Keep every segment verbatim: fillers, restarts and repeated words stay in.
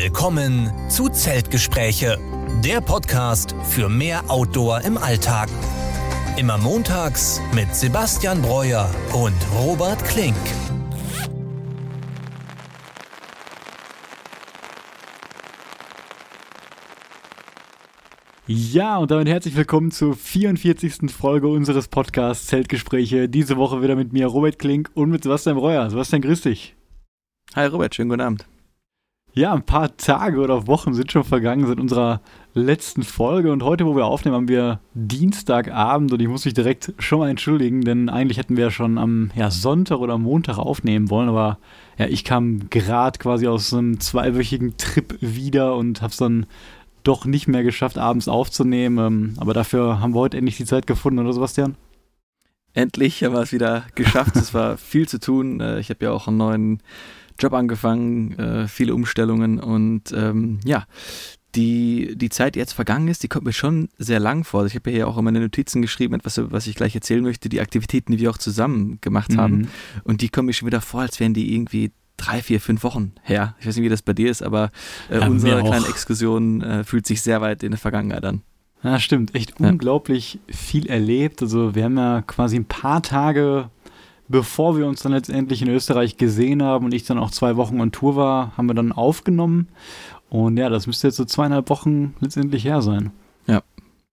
Willkommen zu Zeltgespräche, der Podcast für mehr Outdoor im Alltag. Immer montags mit Sebastian Breuer und Robert Klink. Ja, und damit herzlich willkommen zur vierundvierzigsten Folge unseres Podcasts Zeltgespräche. Diese Woche wieder mit mir, Robert Klink, und mit Sebastian Breuer. Sebastian, grüß dich. Hi Robert, schönen guten Abend. Ja, ein paar Tage oder Wochen sind schon vergangen seit unserer letzten Folge, und heute, wo wir aufnehmen, haben wir Dienstagabend, und ich muss mich direkt schon mal entschuldigen, denn eigentlich hätten wir schon am ja, Sonntag oder Montag aufnehmen wollen, aber ja, ich kam gerade quasi aus einem zweiwöchigen Trip wieder und habe es dann doch nicht mehr geschafft, abends aufzunehmen, aber dafür haben wir heute endlich die Zeit gefunden, oder Sebastian? Endlich haben wir es wieder geschafft, es war viel zu tun, ich habe ja auch einen neuen Job angefangen, äh, viele Umstellungen und ähm, ja, die, die Zeit, die jetzt vergangen ist, die kommt mir schon sehr lang vor. Ich habe ja hier auch in meine Notizen geschrieben, etwas, was ich gleich erzählen möchte, die Aktivitäten, die wir auch zusammen gemacht mhm. haben, und die kommen mir schon wieder vor, als wären die irgendwie drei, vier, fünf Wochen her. Ich weiß nicht, wie das bei dir ist, aber äh, ja, unsere kleine Exkursion äh, fühlt sich sehr weit in der Vergangenheit an. Ja, stimmt. Echt ja. unglaublich viel erlebt. Also wir haben ja quasi ein paar Tage, bevor wir uns dann letztendlich in Österreich gesehen haben und ich dann auch zwei Wochen on Tour war, haben wir dann aufgenommen. Und ja, das müsste jetzt so zweieinhalb Wochen letztendlich her sein. Ja.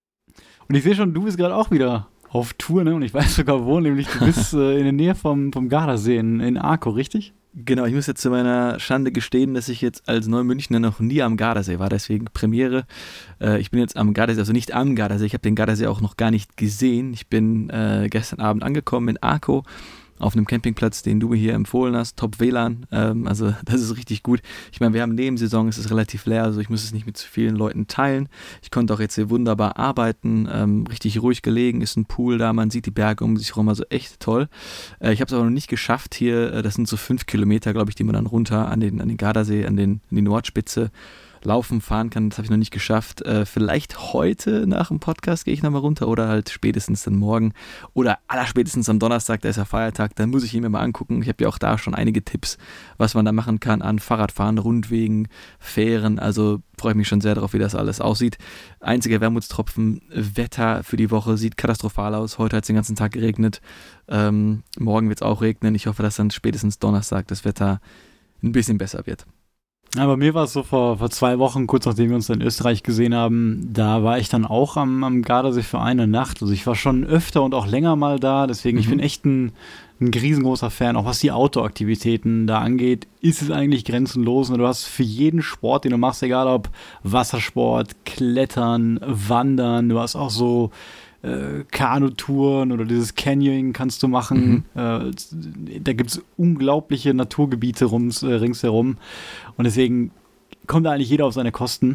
Und ich sehe schon, du bist gerade auch wieder auf Tour, ne? Und ich weiß sogar wo, nämlich du bist äh, in der Nähe vom, vom Gardasee in, in Arco, richtig? Genau, ich muss jetzt zu meiner Schande gestehen, dass ich jetzt als Neumünchner noch nie am Gardasee war, deswegen Premiere. Äh, ich bin jetzt am Gardasee, also nicht am Gardasee, ich habe den Gardasee auch noch gar nicht gesehen. Ich bin äh, gestern Abend angekommen in Arco, auf einem Campingplatz, den du mir hier empfohlen hast, Top W L A N, ähm, also das ist richtig gut. Ich meine, wir haben Nebensaison, es ist relativ leer, also ich muss es nicht mit zu vielen Leuten teilen. Ich konnte auch jetzt hier wunderbar arbeiten, ähm, richtig ruhig gelegen, ist ein Pool da, man sieht die Berge um sich herum, also echt toll. Äh, ich habe es aber noch nicht geschafft hier, äh, das sind so fünf Kilometer, glaube ich, die man dann runter an den, an den Gardasee, an, den, an die Nordspitze laufen, fahren kann, das habe ich noch nicht geschafft. Äh, vielleicht heute nach dem Podcast gehe ich nochmal runter oder halt spätestens dann morgen oder allerspätestens am Donnerstag, da ist ja Feiertag, dann muss ich ihn mir mal angucken. Ich habe ja auch da schon einige Tipps, was man da machen kann an Fahrradfahren, Rundwegen, Fähren, also freue ich mich schon sehr darauf, wie das alles aussieht. Einziger Wermutstropfen, Wetter für die Woche sieht katastrophal aus. Heute hat es den ganzen Tag geregnet, ähm, morgen wird es auch regnen. Ich hoffe, dass dann spätestens Donnerstag das Wetter ein bisschen besser wird. Ja, bei mir war es so vor, vor zwei Wochen, kurz nachdem wir uns in Österreich gesehen haben, da war ich dann auch am, am Gardasee für eine Nacht. Also ich war schon öfter und auch länger mal da, deswegen mhm. ich bin echt ein, ein riesengroßer Fan. Auch was die Outdoor-Aktivitäten da angeht, ist es eigentlich grenzenlos. Und du hast für jeden Sport, den du machst, egal ob Wassersport, Klettern, Wandern, du hast auch so Äh, Kanutouren oder dieses Canyoning kannst du machen. Mhm. Äh, da gibt es unglaubliche Naturgebiete rums, äh, ringsherum. Und deswegen kommt da eigentlich jeder auf seine Kosten.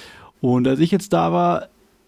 Und als ich jetzt da war,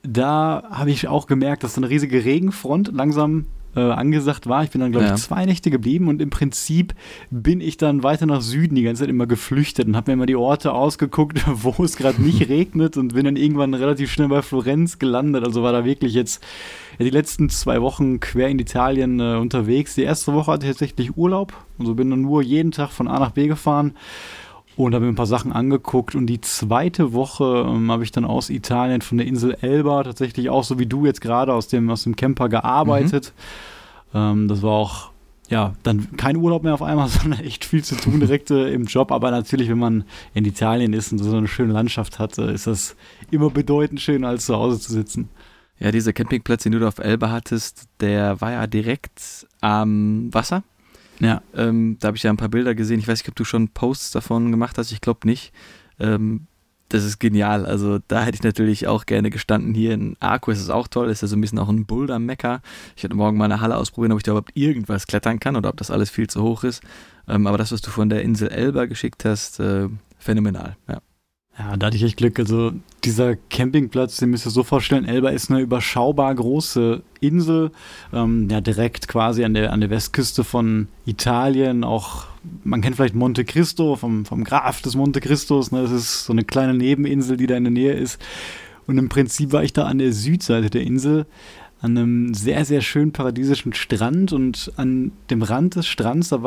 da habe ich auch gemerkt, dass so eine riesige Regenfront langsam äh, angesagt war. Ich bin dann, glaube ich, ja. zwei Nächte geblieben, und im Prinzip bin ich dann weiter nach Süden die ganze Zeit immer geflüchtet und habe mir immer die Orte ausgeguckt, wo es gerade nicht regnet, und bin dann irgendwann relativ schnell bei Florenz gelandet. Also war da wirklich jetzt ja, die letzten zwei Wochen quer in Italien äh, unterwegs. Die erste Woche hatte ich tatsächlich Urlaub, also bin dann nur jeden Tag von A nach B gefahren und habe mir ein paar Sachen angeguckt. Und die zweite Woche ähm, habe ich dann aus Italien von der Insel Elba tatsächlich auch, so wie du jetzt gerade, aus dem, aus dem Camper gearbeitet. Mhm. Ähm, das war auch, ja, dann kein Urlaub mehr auf einmal, sondern echt viel zu tun direkt äh, im Job. Aber natürlich, wenn man in Italien ist und so eine schöne Landschaft hat, äh, ist das immer bedeutend schöner, als zu Hause zu sitzen. Ja, dieser Campingplatz, den du da auf Elba hattest, der war ja direkt am Wasser. Ja. Ähm, da habe ich ja ein paar Bilder gesehen. Ich weiß nicht, ob du schon Posts davon gemacht hast. Ich glaube nicht. Ähm, das ist genial. Also da hätte ich natürlich auch gerne gestanden. Hier in Arco ist es auch toll. Das ist ja so ein bisschen auch ein Boulder-Mecker. Ich werde morgen mal eine Halle ausprobieren, ob ich da überhaupt irgendwas klettern kann oder ob das alles viel zu hoch ist. Ähm, aber das, was du von der Insel Elba geschickt hast, äh, phänomenal. Ja. Ja, da hatte ich echt Glück. Also dieser Campingplatz, den müsst ihr so vorstellen, Elba ist eine überschaubar große Insel, ähm, ja, direkt quasi an der, an der Westküste von Italien. Auch, man kennt vielleicht Monte Cristo vom, vom Graf des Monte Cristos, ne? Das ist so eine kleine Nebeninsel, die da in der Nähe ist. Und im Prinzip war ich da an der Südseite der Insel, an einem sehr, sehr schönen paradiesischen Strand, und an dem Rand des Strands, da war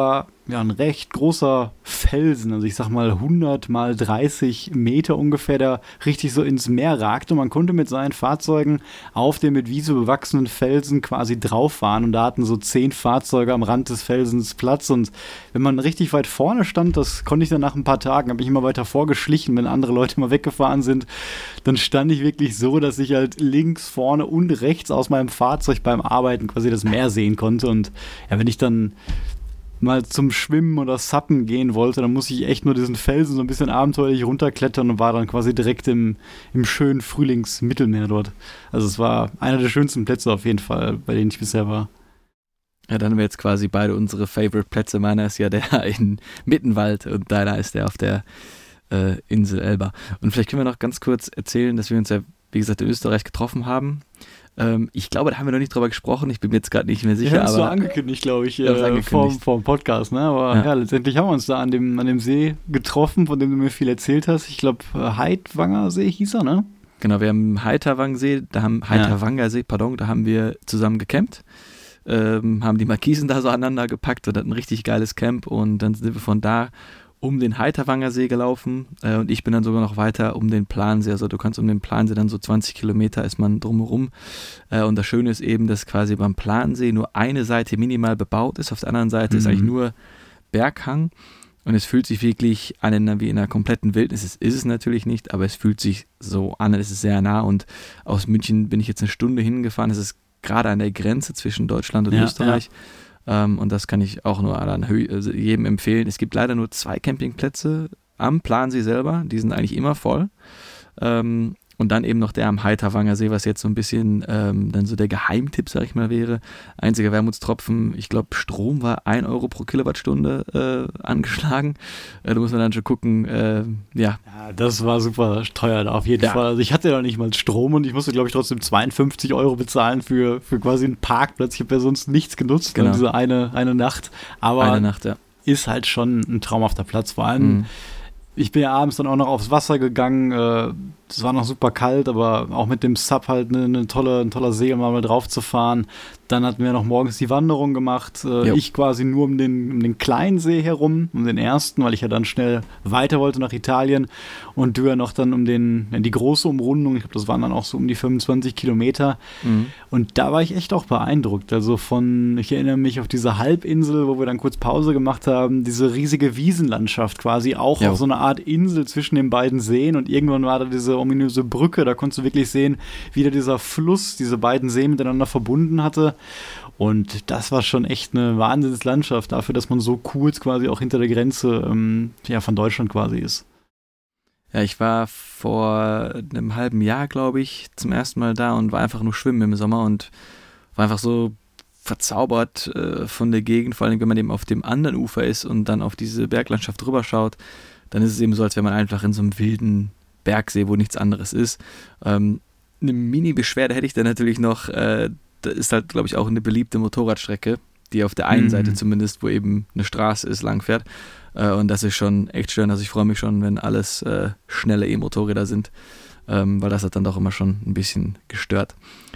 ja, ein recht großer Felsen, also ich sag mal hundert mal dreißig Meter ungefähr, der richtig so ins Meer ragte. Und man konnte mit seinen Fahrzeugen auf dem mit Wiese bewachsenen Felsen quasi drauf fahren. Und da hatten so zehn Fahrzeuge am Rand des Felsens Platz. Und wenn man richtig weit vorne stand, das konnte ich dann nach ein paar Tagen, habe ich immer weiter vorgeschlichen, wenn andere Leute mal weggefahren sind, dann stand ich wirklich so, dass ich halt links, vorne und rechts aus meinem Fahrzeug beim Arbeiten quasi das Meer sehen konnte. Und ja, wenn ich dann mal zum Schwimmen oder Suppen gehen wollte, dann musste ich echt nur diesen Felsen so ein bisschen abenteuerlich runterklettern und war dann quasi direkt im, im schönen Frühlingsmittelmeer dort. Also es war einer der schönsten Plätze auf jeden Fall, bei denen ich bisher war. Ja, dann haben wir jetzt quasi beide unsere Favorite-Plätze. Meiner ist ja der in Mittenwald und deiner ist der auf der äh, Insel Elba. Und vielleicht können wir noch ganz kurz erzählen, dass wir uns ja, wie gesagt, in Österreich getroffen haben. Ich glaube, da haben wir noch nicht drüber gesprochen. Ich bin mir jetzt gerade nicht mehr sicher. Wir haben es so aber angekündigt, glaube ich, äh, vor dem Podcast. Ne? Aber ja. ja, letztendlich haben wir uns da an dem, an dem See getroffen, von dem du mir viel erzählt hast. Ich glaube, Heidwanger See hieß er, ne? Genau, wir haben Heiterwanger-See, da haben Heiterwanger-See, pardon, da haben wir zusammen gecampt, ähm, haben die Markisen da so aneinander gepackt und hatten ein richtig geiles Camp. Und dann sind wir von da um den Heiterwanger See gelaufen äh, und ich bin dann sogar noch weiter um den Plansee, also du kannst um den Plansee dann so zwanzig Kilometer ist man drumherum äh, und das Schöne ist eben, dass quasi beim Plansee nur eine Seite minimal bebaut ist, auf der anderen Seite mhm. ist eigentlich nur Berghang und es fühlt sich wirklich an wie in einer kompletten Wildnis, es ist es natürlich nicht, aber es fühlt sich so an, es ist sehr nah und aus München bin ich jetzt eine Stunde hingefahren, es ist gerade an der Grenze zwischen Deutschland und ja, Österreich. Ja. Um, und das kann ich auch nur an also jedem empfehlen. Es gibt leider nur zwei Campingplätze am Plansee selber, die sind eigentlich immer voll. Um, und dann eben noch der am Heiterwanger See, was jetzt so ein bisschen ähm, dann so der Geheimtipp, sag ich mal, wäre. Einziger Wermutstropfen, ich glaube, Strom war ein Euro pro Kilowattstunde äh, angeschlagen. Äh, da muss man dann schon gucken, äh, ja. Ja, das war super teuer da auf jeden ja. Fall. Also ich hatte ja noch nicht mal Strom und ich musste, glaube ich, trotzdem zweiundfünfzig Euro bezahlen für, für quasi einen Parkplatz. Ich habe ja sonst nichts genutzt, genau. diese eine, eine Nacht. Aber eine Nacht, ja. ist halt schon ein traumhafter Platz, vor allem. Mhm. Ich bin ja abends dann auch noch aufs Wasser gegangen, es war noch super kalt, aber auch mit dem Sub halt eine, eine tolle, ein toller See, um mal drauf zu fahren. Dann hatten wir noch morgens die Wanderung gemacht, äh, ich quasi nur um den, um den kleinen See herum, um den ersten, weil ich ja dann schnell weiter wollte nach Italien und du ja noch dann um den, ja, die große Umrundung, ich glaube, das waren dann auch so um die fünfundzwanzig Kilometer mhm. und da war ich echt auch beeindruckt, also von, ich erinnere mich auf diese Halbinsel, wo wir dann kurz Pause gemacht haben, diese riesige Wiesenlandschaft quasi auch ja. auf so eine Art Insel zwischen den beiden Seen und irgendwann war da diese ominöse Brücke, da konntest du wirklich sehen, wie da dieser Fluss diese beiden Seen miteinander verbunden hatte. Und das war schon echt eine Wahnsinnslandschaft dafür, dass man so kurz quasi auch hinter der Grenze ähm, ja, von Deutschland quasi ist. Ja, ich war vor einem halben Jahr, glaube ich, zum ersten Mal da und war einfach nur schwimmen im Sommer und war einfach so verzaubert äh, von der Gegend, vor allem wenn man eben auf dem anderen Ufer ist und dann auf diese Berglandschaft drüber schaut, dann ist es eben so, als wäre man einfach in so einem wilden Bergsee, wo nichts anderes ist. Ähm, eine Mini-Beschwerde hätte ich dann natürlich noch, äh, da ist halt, glaube ich, auch eine beliebte Motorradstrecke, die auf der einen mhm. Seite zumindest, wo eben eine Straße ist, langfährt. Äh, und das ist schon echt schön. Also ich freue mich schon, wenn alles äh, schnelle E-Motorräder sind, ähm, weil das hat dann doch immer schon ein bisschen gestört.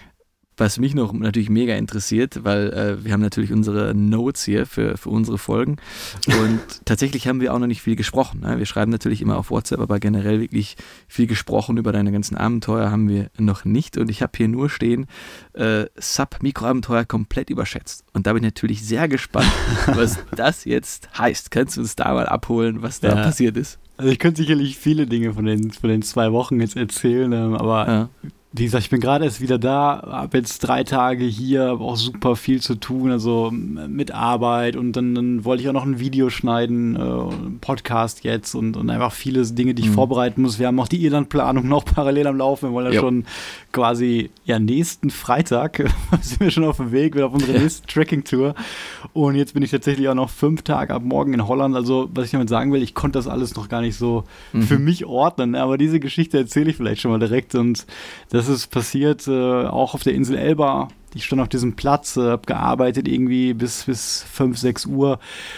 Was mich noch natürlich mega interessiert, weil äh, wir haben natürlich unsere Notes hier für, für unsere Folgen und tatsächlich haben wir auch noch nicht viel gesprochen. Ne? Wir schreiben natürlich immer auf WhatsApp, aber generell wirklich viel gesprochen über deine ganzen Abenteuer haben wir noch nicht und ich habe hier nur stehen, äh, Sub-Mikroabenteuer komplett überschätzt und da bin ich natürlich sehr gespannt, was das jetzt heißt. Kannst du uns da mal abholen, was da ja. passiert ist? Also ich könnte sicherlich viele Dinge von den, von den zwei Wochen jetzt erzählen, aber ja. wie gesagt, ich bin gerade erst wieder da, habe jetzt drei Tage hier, habe auch super viel zu tun, also mit Arbeit und dann, dann wollte ich auch noch ein Video schneiden, äh, Podcast jetzt und, und einfach viele Dinge, die ich mhm. vorbereiten muss. Wir haben auch die Irland-Planung noch parallel am Laufen, wir wollen ja schon quasi, ja, nächsten Freitag sind wir schon auf dem Weg, wieder auf unsere nächste Trekking-Tour und jetzt bin ich tatsächlich auch noch fünf Tage ab morgen in Holland, also was ich damit sagen will, ich konnte das alles noch gar nicht so mhm. für mich ordnen, aber diese Geschichte erzähle ich vielleicht schon mal direkt und das Das ist passiert äh, auch auf der Insel Elba. Ich stand auf diesem Platz, äh, habe gearbeitet irgendwie bis, bis fünf, sechs Uhr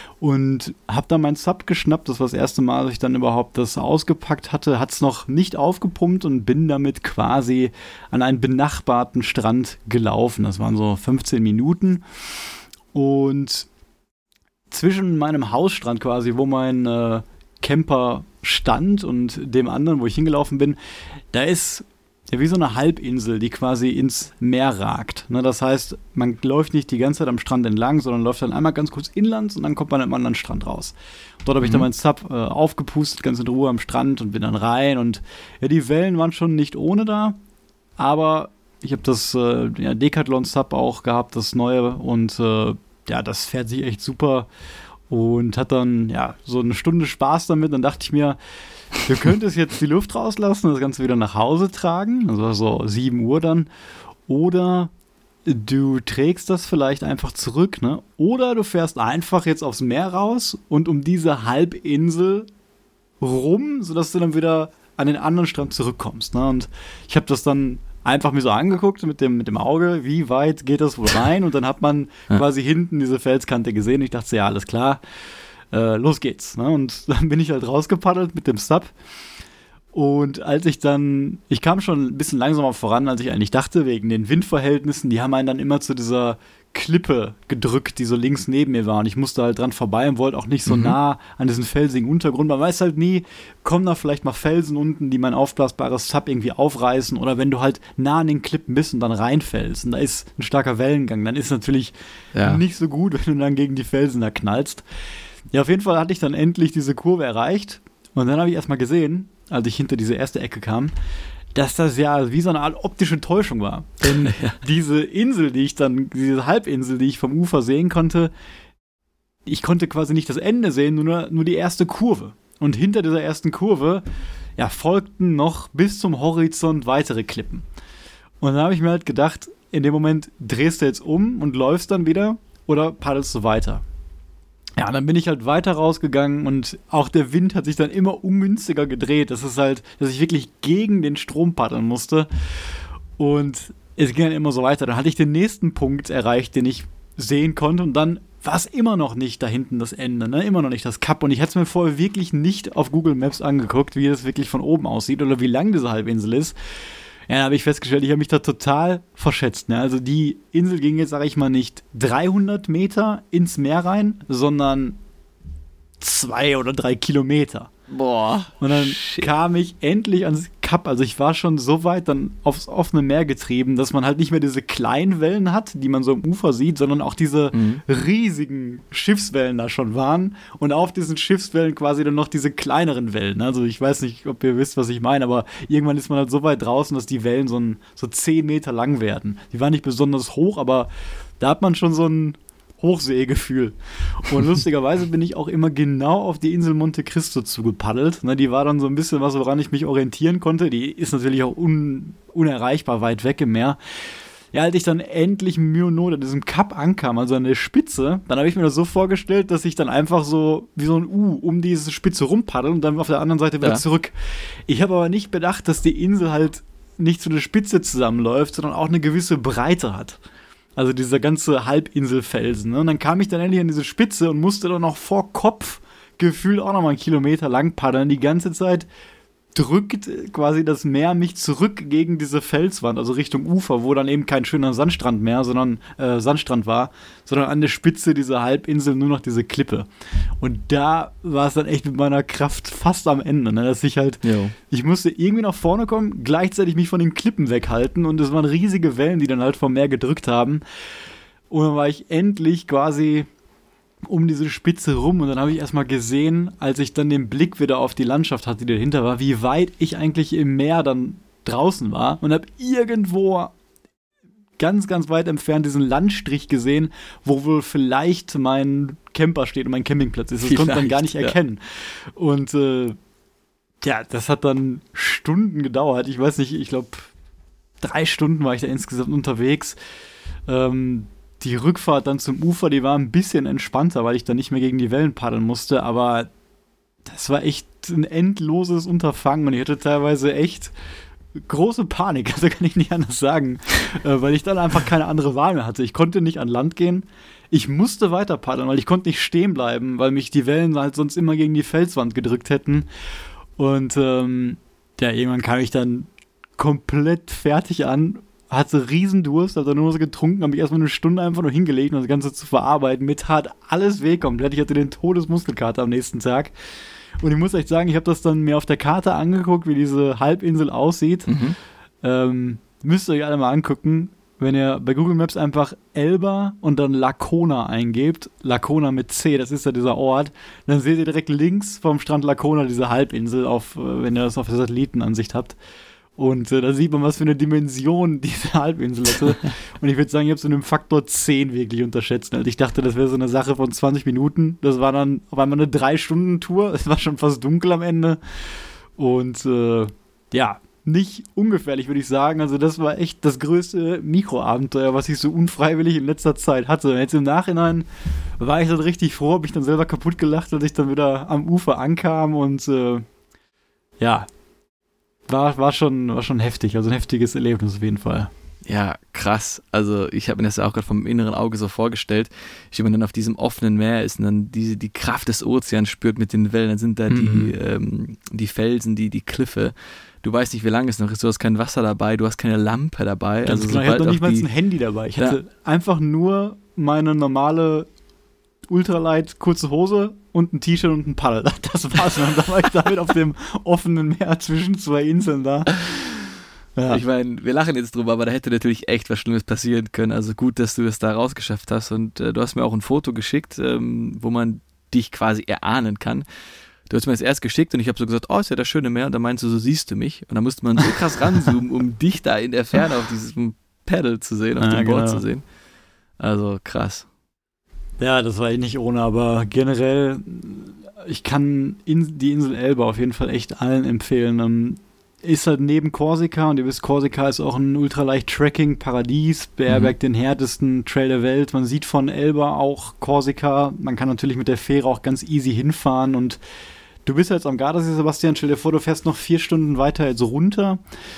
und habe dann mein Sub geschnappt. Das war das erste Mal, dass ich dann überhaupt das ausgepackt hatte. Hat es noch nicht aufgepumpt und bin damit quasi an einen benachbarten Strand gelaufen. Das waren so fünfzehn Minuten und zwischen meinem Hausstrand quasi, wo mein äh, Camper stand und dem anderen, wo ich hingelaufen bin, da ist ja wie so eine Halbinsel, die quasi ins Meer ragt. Ne, das heißt, man läuft nicht die ganze Zeit am Strand entlang, sondern läuft dann einmal ganz kurz inlands und dann kommt man am anderen Strand raus. Und dort habe ich mhm. dann meinen Sub äh, aufgepustet, ganz in Ruhe am Strand und bin dann rein. Und ja, die Wellen waren schon nicht ohne da, aber ich habe das äh, ja, Decathlon Sub auch gehabt, das neue, und äh, ja, das fährt sich echt super und hat dann ja so eine Stunde Spaß damit. Dann dachte ich mir, du könntest jetzt die Luft rauslassen und das Ganze wieder nach Hause tragen, also so sieben Uhr dann, oder du trägst das vielleicht einfach zurück, ne? Oder du fährst einfach jetzt aufs Meer raus und um diese Halbinsel rum, sodass du dann wieder an den anderen Strand zurückkommst, ne? Und ich habe das dann einfach mir so angeguckt mit dem, mit dem Auge, wie weit geht das wohl rein, und dann hat man ja. quasi hinten diese Felskante gesehen. Ich dachte, ja, alles klar. Äh, los geht's. Ne? Und dann bin ich halt rausgepaddelt mit dem Sub. Und als ich dann, ich kam schon ein bisschen langsamer voran, als ich eigentlich dachte, wegen den Windverhältnissen. Die haben einen dann immer zu dieser Klippe gedrückt, die so links neben mir war. Und ich musste halt dran vorbei und wollte auch nicht so mhm. nah an diesen felsigen Untergrund. Man weiß halt nie, kommen da vielleicht mal Felsen unten, die mein aufblasbares Sub irgendwie aufreißen. Oder wenn du halt nah an den Klippen bist und dann reinfällst und da ist ein starker Wellengang, dann ist es natürlich ja. nicht so gut, wenn du dann gegen die Felsen da knallst. Ja, auf jeden Fall hatte ich dann endlich diese Kurve erreicht. Und dann habe ich erstmal gesehen, als ich hinter diese erste Ecke kam, dass das ja wie so eine Art optische Täuschung war. Denn ja. diese Insel, die ich dann, diese Halbinsel, die ich vom Ufer sehen konnte, ich konnte quasi nicht das Ende sehen, nur, nur die erste Kurve. Und hinter dieser ersten Kurve, ja, folgten noch bis zum Horizont weitere Klippen. Und dann habe ich mir halt gedacht, in dem Moment drehst du jetzt um und läufst dann wieder oder paddelst du weiter? Ja, dann bin ich halt weiter rausgegangen und auch der Wind hat sich dann immer ungünstiger gedreht. Das ist halt, dass ich wirklich gegen den Strom paddeln musste. Und es ging dann immer so weiter. Dann hatte ich den nächsten Punkt erreicht, den ich sehen konnte. Und dann war es immer noch nicht da hinten das Ende, ne? Immer noch nicht das Kap. Und ich hätte es mir vorher wirklich nicht auf Google Maps angeguckt, wie das wirklich von oben aussieht oder wie lang diese Halbinsel ist. Ja, da habe ich festgestellt, ich habe mich da total verschätzt. Ne? Also die Insel ging jetzt, sage ich mal, nicht dreihundert Meter ins Meer rein, sondern zwei oder drei Kilometer. Boah. Und dann shit. kam ich endlich ans Kap. Also ich war schon so weit dann aufs offene Meer getrieben, dass man halt nicht mehr diese kleinen Wellen hat, die man so am Ufer sieht, sondern auch diese mhm. riesigen Schiffswellen da schon waren. Und auf diesen Schiffswellen quasi dann noch diese kleineren Wellen. Also ich weiß nicht, ob ihr wisst, was ich meine, aber irgendwann ist man halt so weit draußen, dass die Wellen so, ein, so zehn Meter lang werden. Die waren nicht besonders hoch, aber da hat man schon so ein Hochseegefühl. Und lustigerweise bin ich auch immer genau auf die Insel Monte Cristo zugepaddelt. Ne, die war dann so ein bisschen was, woran ich mich orientieren konnte. Die ist natürlich auch un- unerreichbar weit weg im Meer. Ja, als ich dann endlich mit Mühe und Not an diesem Kap ankam, also an der Spitze, dann habe ich mir das so vorgestellt, dass ich dann einfach so wie so ein U um diese Spitze rumpaddel und dann auf der anderen Seite wieder ja. zurück. Ich habe aber nicht bedacht, dass die Insel halt nicht zu der Spitze zusammenläuft, sondern auch eine gewisse Breite hat. Also dieser ganze Halbinselfelsen. Ne? Und dann kam ich dann endlich an diese Spitze und musste dann noch vor Kopf gefühlt auch noch mal einen Kilometer lang paddeln. Die ganze Zeit drückt quasi das Meer mich zurück gegen diese Felswand, also Richtung Ufer, wo dann eben kein schöner Sandstrand mehr, sondern äh, Sandstrand war, sondern an der Spitze dieser Halbinsel nur noch diese Klippe. Und da war es dann echt mit meiner Kraft fast am Ende, ne? Dass ich halt, jo. ich musste irgendwie nach vorne kommen, gleichzeitig mich von den Klippen weghalten und es waren riesige Wellen, die dann halt vom Meer gedrückt haben. Und dann war ich endlich quasi um diese Spitze rum und dann habe ich erstmal gesehen, als ich dann den Blick wieder auf die Landschaft hatte, die dahinter war, wie weit ich eigentlich im Meer dann draußen war und habe irgendwo ganz, ganz weit entfernt diesen Landstrich gesehen, wo wohl vielleicht mein Camper steht und mein Campingplatz ist. Das vielleicht, konnte man gar nicht erkennen. Ja. Und äh, ja, das hat dann Stunden gedauert. Ich weiß nicht, ich glaube, drei Stunden war ich da insgesamt unterwegs. Ähm, Die Rückfahrt dann zum Ufer, die war ein bisschen entspannter, weil ich dann nicht mehr gegen die Wellen paddeln musste, aber das war echt ein endloses Unterfangen und ich hatte teilweise echt große Panik, also kann ich nicht anders sagen, äh, weil ich dann einfach keine andere Wahl mehr hatte. Ich konnte nicht an Land gehen, ich musste weiter paddeln, weil ich konnte nicht stehen bleiben, weil mich die Wellen halt sonst immer gegen die Felswand gedrückt hätten und ähm, ja, irgendwann kam ich dann komplett fertig an hatte riesen Durst, also nur so getrunken, habe mich erstmal eine Stunde einfach nur hingelegt, um das Ganze zu verarbeiten. Mir tat alles weh komplett. Ich hatte den Todesmuskelkater am nächsten Tag. Und ich muss echt sagen, ich habe das dann mir auf der Karte angeguckt, wie diese Halbinsel aussieht. Mhm. Ähm, müsst ihr euch alle mal angucken, wenn ihr bei Google Maps einfach Elba und dann Lacona eingebt, Lacona mit C, das ist ja dieser Ort, dann seht ihr direkt links vom Strand Lacona diese Halbinsel, auf, wenn ihr das auf der Satellitenansicht habt. Und äh, da sieht man, was für eine Dimension diese Halbinsel hatte. Und ich würde sagen, ich habe es in einem Faktor zehn wirklich unterschätzt. Also ich dachte, das wäre so eine Sache von zwanzig Minuten. Das war dann auf einmal eine drei Stunden Tour. Es war schon fast dunkel am Ende. Und äh, ja, nicht ungefährlich, würde ich sagen. Also das war echt das größte Mikroabenteuer, was ich so unfreiwillig in letzter Zeit hatte. Jetzt im Nachhinein war ich dann richtig froh, habe ich dann selber kaputt gelacht, als ich dann wieder am Ufer ankam. Und äh, ja, War, war, schon, war schon heftig, also ein heftiges Erlebnis auf jeden Fall. Ja, krass. Also ich habe mir das ja auch gerade vom inneren Auge so vorgestellt, wie man dann auf diesem offenen Meer ist und dann diese, die Kraft des Ozeans spürt mit den Wellen, dann sind da mhm. die, ähm, die Felsen, die, die Kliffe. Du weißt nicht, wie lange es noch ist, du hast kein Wasser dabei, du hast keine Lampe dabei. Also genau, ich hatte noch nicht mal ein Handy dabei. Ich ja. hatte einfach nur meine normale Ultralight kurze Hose und ein T-Shirt und ein Paddel. Das war's. Und dann war ich damit auf dem offenen Meer zwischen zwei Inseln da. Ja. Ich meine, wir lachen jetzt drüber, aber da hätte natürlich echt was Schlimmes passieren können. Also gut, dass du es da rausgeschafft hast. Und äh, du hast mir auch ein Foto geschickt, ähm, wo man dich quasi erahnen kann. Du hast mir das erst geschickt und ich habe so gesagt, oh, ist ja das schöne Meer. Und dann meinst du, so siehst du mich. Und dann musste man so krass ranzoomen, um dich da in der Ferne auf diesem Paddle zu sehen, auf ja, dem Board genau. zu sehen. Also krass. Ja, das war eh nicht ohne, aber generell, ich kann in, die Insel Elba auf jeden Fall echt allen empfehlen. Um, ist halt neben Korsika und ihr wisst, Korsika ist auch ein ultraleicht Trekking-Paradies, beherbergt mhm. den härtesten Trail der Welt. Man sieht von Elba auch Korsika, man kann natürlich mit der Fähre auch ganz easy hinfahren und du bist jetzt am Gardasee, Sebastian, stell dir vor, du fährst noch vier Stunden weiter jetzt runter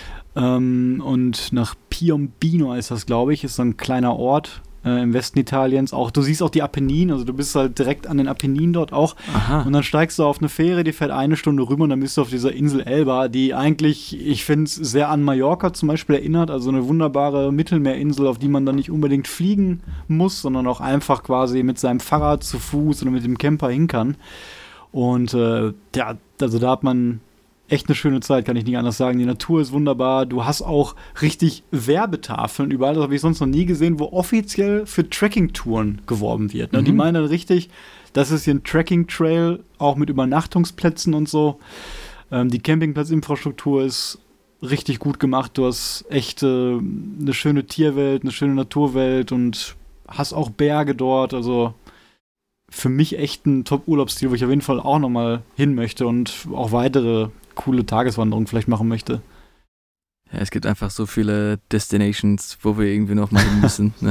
ähm, und nach Piombino ist das, glaube ich, ist so ein kleiner Ort im Westen Italiens auch. Du siehst auch die Apenninen, also du bist halt direkt an den Apenninen dort auch. Aha. Und dann steigst du auf eine Fähre, die fährt eine Stunde rüber und dann bist du auf dieser Insel Elba, die eigentlich, ich finde es sehr an Mallorca zum Beispiel erinnert, also eine wunderbare Mittelmeerinsel, auf die man dann nicht unbedingt fliegen muss, sondern auch einfach quasi mit seinem Fahrrad zu Fuß oder mit dem Camper hin kann. Und äh, ja, also da hat man echt eine schöne Zeit, kann ich nicht anders sagen. Die Natur ist wunderbar. Du hast auch richtig Werbetafeln überall, das habe ich sonst noch nie gesehen, wo offiziell für Trekking-Touren geworben wird. Ne? Mhm. Die meinen dann richtig, das ist hier ein Trekking-Trail, auch mit Übernachtungsplätzen und so. Ähm, die Campingplatzinfrastruktur ist richtig gut gemacht. Du hast echt äh, eine schöne Tierwelt, eine schöne Naturwelt und hast auch Berge dort. Also für mich echt ein Top-Urlaubsstil, wo ich auf jeden Fall auch nochmal hin möchte und auch weitere coole Tageswanderung vielleicht machen möchte. Ja, es gibt einfach so viele Destinations, wo wir irgendwie noch mal hin müssen. Ne?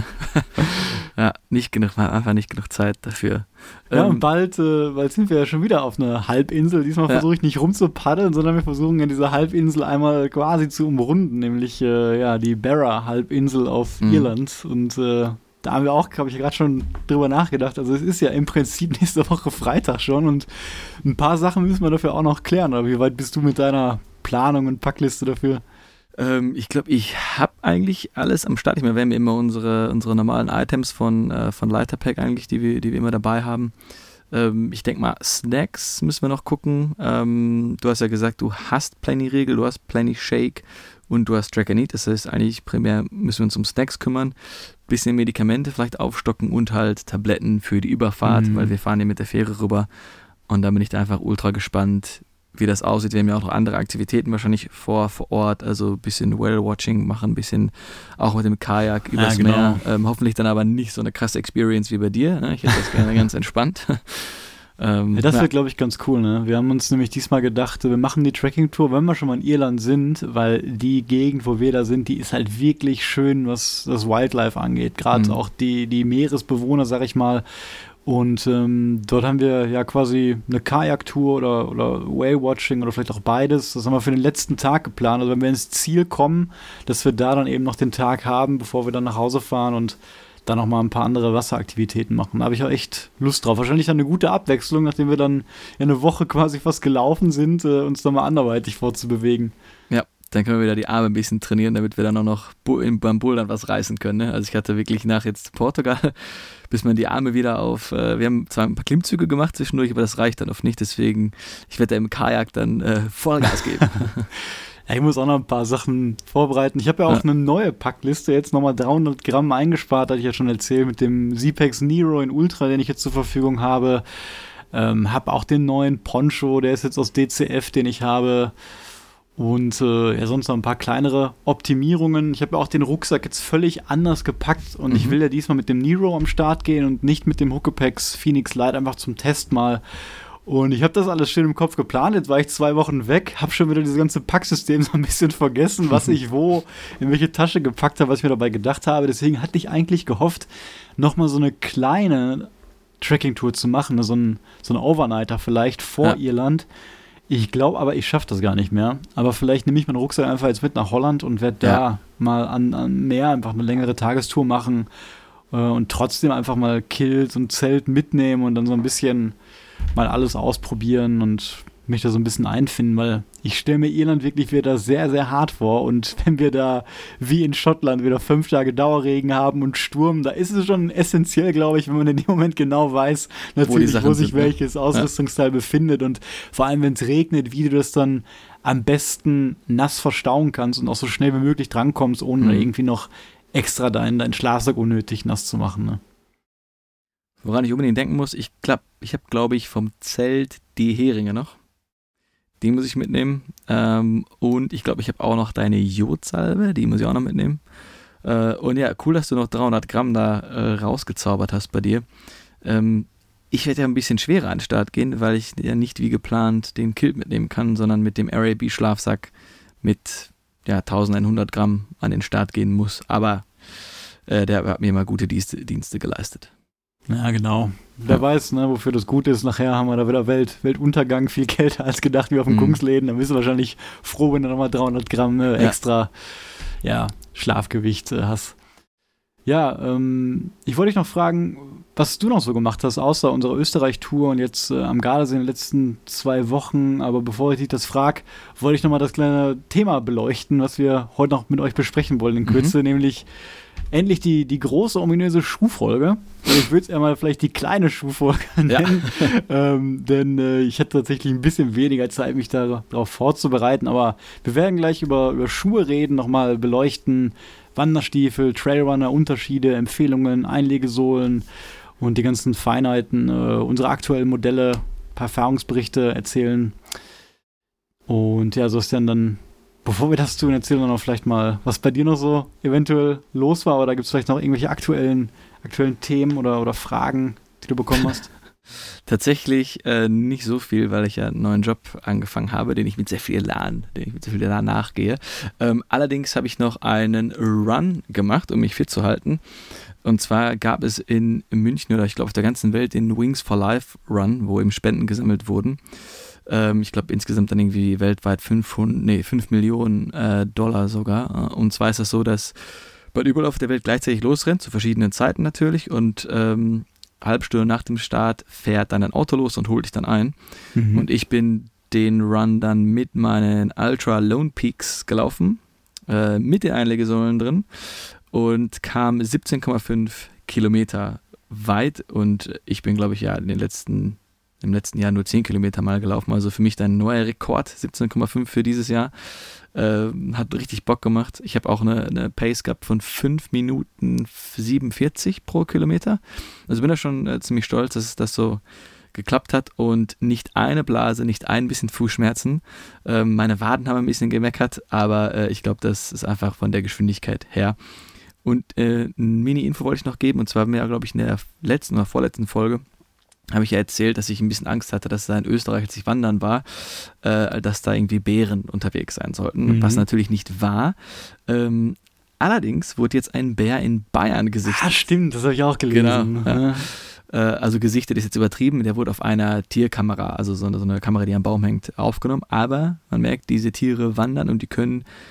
Ja, nicht genug, einfach nicht genug Zeit dafür. Ja, ähm, und bald, äh, bald sind wir ja schon wieder auf einer Halbinsel. Diesmal ja. versuche ich nicht rumzupaddeln, sondern wir versuchen ja diese Halbinsel einmal quasi zu umrunden, nämlich äh, ja, die Barra-Halbinsel auf mhm. Irland. Und äh, da haben wir auch, habe ich ja gerade schon drüber nachgedacht. Also es ist ja im Prinzip nächste Woche Freitag schon und ein paar Sachen müssen wir dafür auch noch klären. Aber wie weit bist du mit deiner Planung und Packliste dafür? Ähm, ich glaube, ich habe eigentlich alles am Start. Ich meine, wir haben immer unsere, unsere normalen Items von, äh, von Leiterpack eigentlich, die wir, die wir immer dabei haben. Ähm, ich denke mal, Snacks müssen wir noch gucken. Ähm, du hast ja gesagt, du hast Plenty Riegel, du hast Plenty Shake und du hast Track and Eat. Das heißt, eigentlich primär müssen wir uns um Snacks kümmern. Bisschen Medikamente vielleicht aufstocken und halt Tabletten für die Überfahrt, mhm. weil wir fahren hier mit der Fähre rüber und da bin ich da einfach ultra gespannt, wie das aussieht. Wir haben ja auch noch andere Aktivitäten wahrscheinlich vor, vor Ort, also ein bisschen Whale-Watching machen, ein bisschen auch mit dem Kajak übers ja, genau. Meer. Ähm, hoffentlich dann aber nicht so eine krasse Experience wie bei dir. Ne? Ich hätte das gerne ganz entspannt. Ähm, ja, das ja. wird, glaube ich, ganz cool. Ne? Wir haben uns nämlich diesmal gedacht, wir machen die Trekking-Tour, wenn wir schon mal in Irland sind, weil die Gegend, wo wir da sind, die ist halt wirklich schön, was das Wildlife angeht. Gerade mhm. auch die, die Meeresbewohner, sag ich mal. Und ähm, dort haben wir ja quasi eine Kajak-Tour oder, oder Whale-Watching oder vielleicht auch beides. Das haben wir für den letzten Tag geplant. Also wenn wir ins Ziel kommen, dass wir da dann eben noch den Tag haben, bevor wir dann nach Hause fahren und dann noch mal ein paar andere Wasseraktivitäten machen. Da habe ich auch echt Lust drauf. Wahrscheinlich dann eine gute Abwechslung, nachdem wir dann ja eine Woche quasi fast gelaufen sind, äh, uns dann mal anderweitig fortzubewegen. Ja, dann können wir wieder die Arme ein bisschen trainieren, damit wir dann auch noch bu- beim Bouldern was reißen können. Ne? Also ich hatte wirklich nach jetzt Portugal, bis man die Arme wieder auf, äh, wir haben zwar ein paar Klimmzüge gemacht zwischendurch, aber das reicht dann oft nicht, deswegen, ich werde da im Kajak dann äh, Vollgas geben. Ja, ich muss auch noch ein paar Sachen vorbereiten. Ich habe ja auch ja. eine neue Packliste, jetzt nochmal dreihundert Gramm eingespart, hatte ich ja schon erzählt, mit dem Z-Pex Nero in Ultra, den ich jetzt zur Verfügung habe. Ähm, habe auch den neuen Poncho, der ist jetzt aus D C F, den ich habe. Und äh, ja, sonst noch ein paar kleinere Optimierungen. Ich habe ja auch den Rucksack jetzt völlig anders gepackt und mhm. ich will ja diesmal mit dem Nero am Start gehen und nicht mit dem Huckepax Phoenix Lite, einfach zum Test mal. Und ich habe das alles schön im Kopf geplant. Jetzt war ich zwei Wochen weg, habe schon wieder dieses ganze Packsystem so ein bisschen vergessen, was ich wo in welche Tasche gepackt habe, was ich mir dabei gedacht habe. Deswegen hatte ich eigentlich gehofft, nochmal so eine kleine Trekking-Tour zu machen, so ein, so ein Overnighter vielleicht vor ja. Irland. Ich glaube aber, ich schaffe das gar nicht mehr. Aber vielleicht nehme ich meinen Rucksack einfach jetzt mit nach Holland und werde da ja. mal an, an Meer einfach eine längere Tagestour machen äh, und trotzdem einfach mal Kilt und Zelt mitnehmen und dann so ein bisschen mal alles ausprobieren und mich da so ein bisschen einfinden, weil ich stelle mir Irland wirklich wieder sehr, sehr hart vor und wenn wir da wie in Schottland wieder fünf Tage Dauerregen haben und Sturm, da ist es schon essentiell, glaube ich, wenn man in dem Moment genau weiß, natürlich, wo, wo sich sind, welches ne? Ausrüstungsteil ja. befindet und vor allem, wenn es regnet, wie du das dann am besten nass verstauen kannst und auch so schnell wie möglich drankommst, ohne mhm. irgendwie noch extra deinen, deinen Schlafsack unnötig nass zu machen. Ne? Woran ich unbedingt denken muss, ich glaube, ich habe, glaube ich, vom Zelt die Heringe noch. Die muss ich mitnehmen. Ähm, und ich glaube, ich habe auch noch deine Jodsalbe, die muss ich auch noch mitnehmen. Äh, und ja, cool, dass du noch dreihundert Gramm da äh, rausgezaubert hast bei dir. Ähm, ich werde ja ein bisschen schwerer an den Start gehen, weil ich ja nicht wie geplant den Kilt mitnehmen kann, sondern mit dem R A B-Schlafsack mit ja, eintausendeinhundert Gramm an den Start gehen muss. Aber äh, der hat mir mal gute Dienste, Dienste geleistet. Ja, genau. Wer ja. weiß, ne, wofür das gut ist. Nachher haben wir da wieder Welt, Weltuntergang, viel kälter als gedacht, wie auf dem mhm. Kungsläden. Dann bist du wahrscheinlich froh, wenn du nochmal dreihundert Gramm äh, extra ja. Ja, Schlafgewicht äh, hast. Ja, ähm, ich wollte dich noch fragen, was du noch so gemacht hast, außer unserer Österreich-Tour und jetzt äh, am Gardasee in den letzten zwei Wochen. Aber bevor ich dich das frage, wollte ich nochmal das kleine Thema beleuchten, was wir heute noch mit euch besprechen wollen in Kürze, mhm. nämlich endlich die, die große, ominöse Schuhfolge. Ich würde es eher mal vielleicht die kleine Schuhfolge nennen, ja. ähm, denn äh, ich hätte tatsächlich ein bisschen weniger Zeit, mich da, darauf vorzubereiten, aber wir werden gleich über, über Schuhe reden, nochmal beleuchten, Wanderstiefel, Trailrunner, Unterschiede, Empfehlungen, Einlegesohlen und die ganzen Feinheiten, äh, unsere aktuellen Modelle, ein paar Erfahrungsberichte erzählen. Und ja, so ist dann dann bevor wir das tun, erzählen wir noch vielleicht mal, was bei dir noch so eventuell los war, oder gibt es vielleicht noch irgendwelche aktuellen, aktuellen Themen oder, oder Fragen, die du bekommen hast? Tatsächlich äh, nicht so viel, weil ich ja einen neuen Job angefangen habe, den ich mit sehr viel Elan, den ich mit sehr viel Elan nachgehe. Ähm, allerdings habe ich noch einen Run gemacht, um mich fit zu halten. Und zwar gab es in München oder ich glaube auf der ganzen Welt den Wings for Life Run, wo eben Spenden gesammelt wurden. Ähm, ich glaube insgesamt dann irgendwie weltweit fünfhundert, nee, fünf Millionen äh, Dollar sogar. Und zwar ist das so, dass man überall auf der Welt gleichzeitig losrennt, zu verschiedenen Zeiten natürlich. Und ähm, halbe Stunde nach dem Start fährt dann ein Auto los und holt dich dann ein. Mhm. Und ich bin den Run dann mit meinen Ultra Lone Peaks gelaufen, äh, mit den Einlegesäulen drin und kam siebzehn Komma fünf Kilometer weit. Und ich bin, glaube ich, ja in den letzten im letzten Jahr nur zehn Kilometer mal gelaufen, also für mich dann neuer Rekord, siebzehn Komma fünf für dieses Jahr. Äh, hat richtig Bock gemacht. Ich habe auch eine, eine Pace gehabt von fünf Minuten siebenundvierzig pro Kilometer. Also bin da schon äh, ziemlich stolz, dass das so geklappt hat und nicht eine Blase, nicht ein bisschen Fußschmerzen. Äh, meine Waden haben ein bisschen gemeckert, aber äh, ich glaube, das ist einfach von der Geschwindigkeit her. Und äh, ein Mini-Info wollte ich noch geben, und zwar mir, glaube ich, in der letzten oder vorletzten Folge habe ich ja erzählt, dass ich ein bisschen Angst hatte, dass es da in Österreich, als ich wandern war, äh, dass da irgendwie Bären unterwegs sein sollten, mhm. was natürlich nicht war. Ähm, allerdings wurde jetzt ein Bär in Bayern gesichtet. Ah, stimmt, das habe ich auch gelesen. Genau, ja. äh, also gesichtet ist jetzt übertrieben, der wurde auf einer Tierkamera, also so eine, so eine Kamera, die am Baum hängt, aufgenommen, aber man merkt, diese Tiere wandern und die können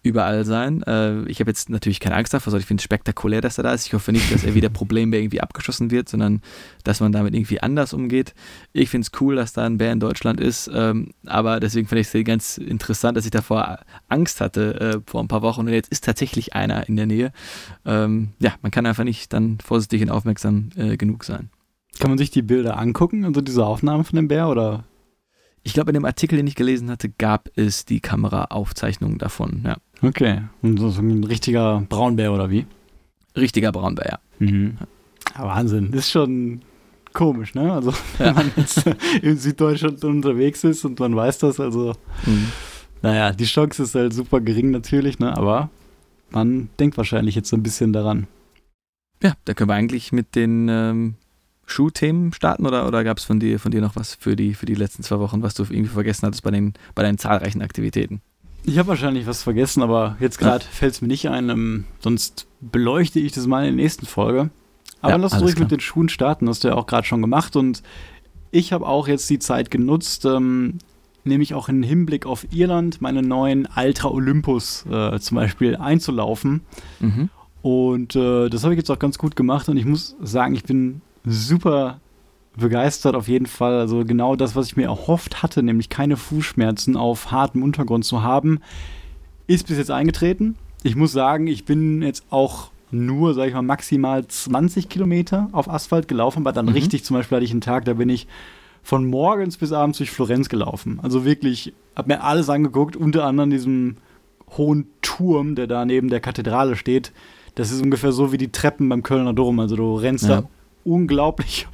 überall sein. Äh, ich habe jetzt natürlich keine Angst davor, sondern ich finde es spektakulär, dass er da ist. Ich hoffe nicht, dass er wieder Problembär irgendwie abgeschossen wird, sondern dass man damit irgendwie anders umgeht. Ich finde es cool, dass da ein Bär in Deutschland ist, ähm, aber deswegen finde ich es ganz interessant, dass ich davor Angst hatte äh, vor ein paar Wochen und jetzt ist tatsächlich einer in der Nähe. Ähm, ja, man kann einfach nicht dann vorsichtig und aufmerksam äh, genug sein. Kann man sich die Bilder angucken, also diese Aufnahmen von dem Bär, oder? Ich glaube, in dem Artikel, den ich gelesen hatte, gab es die Kameraaufzeichnungen davon, ja. Okay, und so ein richtiger Braunbär oder wie? Richtiger Braunbär, ja. Mhm. Ja, Wahnsinn, ist schon komisch, ne? Also wenn ja. man jetzt in Süddeutschland unterwegs ist und man weiß das, also mhm. naja, die Chance ist halt super gering natürlich, ne? Aber man denkt wahrscheinlich jetzt so ein bisschen daran. Ja, da können wir eigentlich mit den ähm, Schuhthemen starten oder, oder gab es von dir, von dir noch was für die, für die letzten zwei Wochen, was du irgendwie vergessen hattest bei, den, bei deinen zahlreichen Aktivitäten? Ich habe wahrscheinlich was vergessen, aber jetzt gerade ja. fällt es mir nicht ein. Ähm, sonst beleuchte ich das mal in der nächsten Folge. Aber ja, lass uns ruhig klar. mit den Schuhen starten. Das hast du ja auch gerade schon gemacht. Und ich habe auch jetzt die Zeit genutzt, ähm, nämlich auch im Hinblick auf Irland meine neuen Altra Olympus äh, zum Beispiel einzulaufen. Mhm. Und äh, das habe ich jetzt auch ganz gut gemacht. Und ich muss sagen, ich bin super begeistert auf jeden Fall. Also genau das, was ich mir erhofft hatte, nämlich keine Fußschmerzen auf hartem Untergrund zu haben, ist bis jetzt eingetreten. Ich muss sagen, ich bin jetzt auch nur, sag ich mal, maximal zwanzig Kilometer auf Asphalt gelaufen, aber dann mhm. richtig, zum Beispiel hatte ich einen Tag, da bin ich von morgens bis abends durch Florenz gelaufen. Also wirklich, habe mir alles angeguckt, unter anderem diesen hohen Turm, der da neben der Kathedrale steht. Das ist ungefähr so wie die Treppen beim Kölner Dom. Also du rennst ja. da unglaublich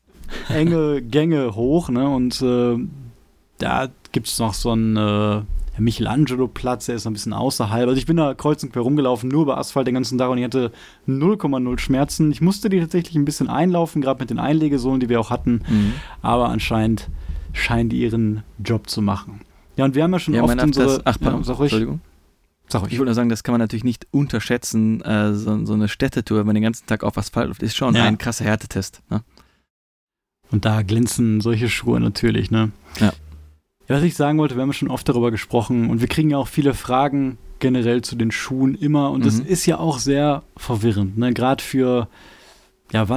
enge Gänge hoch, ne? Und äh, da gibt es noch so einen äh, Michelangelo-Platz, der ist noch ein bisschen außerhalb. Also ich bin da kreuz und quer rumgelaufen, nur über Asphalt den ganzen Tag und ich hatte null Komma null Schmerzen. Ich musste die tatsächlich ein bisschen einlaufen, gerade mit den Einlegesohlen, die wir auch hatten. Mhm. Aber anscheinend scheinen die ihren Job zu machen. Ja, und wir haben ja schon ja, oft unsere... Das, ach, pardon, ja, sag ruhig. Entschuldigung. Sag ruhig. Ich wollte nur sagen, das kann man natürlich nicht unterschätzen. Äh, so, so eine Städtetour, wenn man den ganzen Tag auf Asphalt läuft, ist schon ja. ein krasser Härtetest, ne? Und da glänzen solche Schuhe natürlich, ne? Ja. Ja, was ich sagen wollte, wir haben schon oft darüber gesprochen und wir kriegen ja auch viele Fragen generell zu den Schuhen immer und mhm. das ist ja auch sehr verwirrend, ne? Gerade für ja,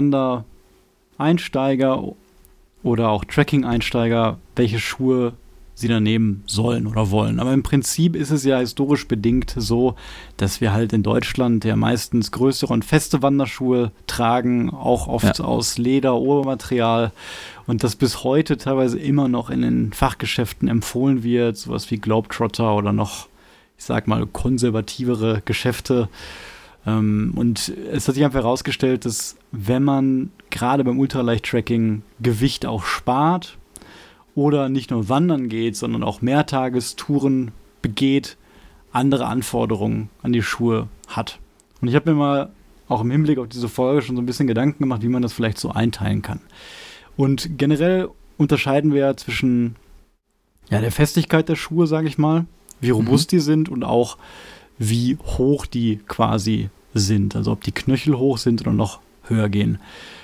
Wandereinsteiger oder auch Trekking-Einsteiger, welche Schuhe sie da nehmen sollen oder wollen. Aber im Prinzip ist es ja historisch bedingt so, dass wir halt in Deutschland ja meistens größere und feste Wanderschuhe tragen, auch oft ja. aus Leder, Obermaterial und das bis heute teilweise immer noch in den Fachgeschäften empfohlen wird, sowas wie Globetrotter oder noch, ich sag mal, konservativere Geschäfte. Ähm, und es hat sich einfach herausgestellt, dass wenn man gerade beim Ultraleicht-Tracking Gewicht auch spart, oder nicht nur wandern geht, sondern auch Mehrtagestouren begeht, andere Anforderungen an die Schuhe hat. Und ich habe mir mal auch im Hinblick auf diese Folge schon so ein bisschen Gedanken gemacht, wie man das vielleicht so einteilen kann. Und generell unterscheiden wir zwischen ja, der Festigkeit der Schuhe, sage ich mal, wie robust mhm. die sind und auch wie hoch die quasi sind. Also ob die Knöchel hoch sind oder noch höher gehen.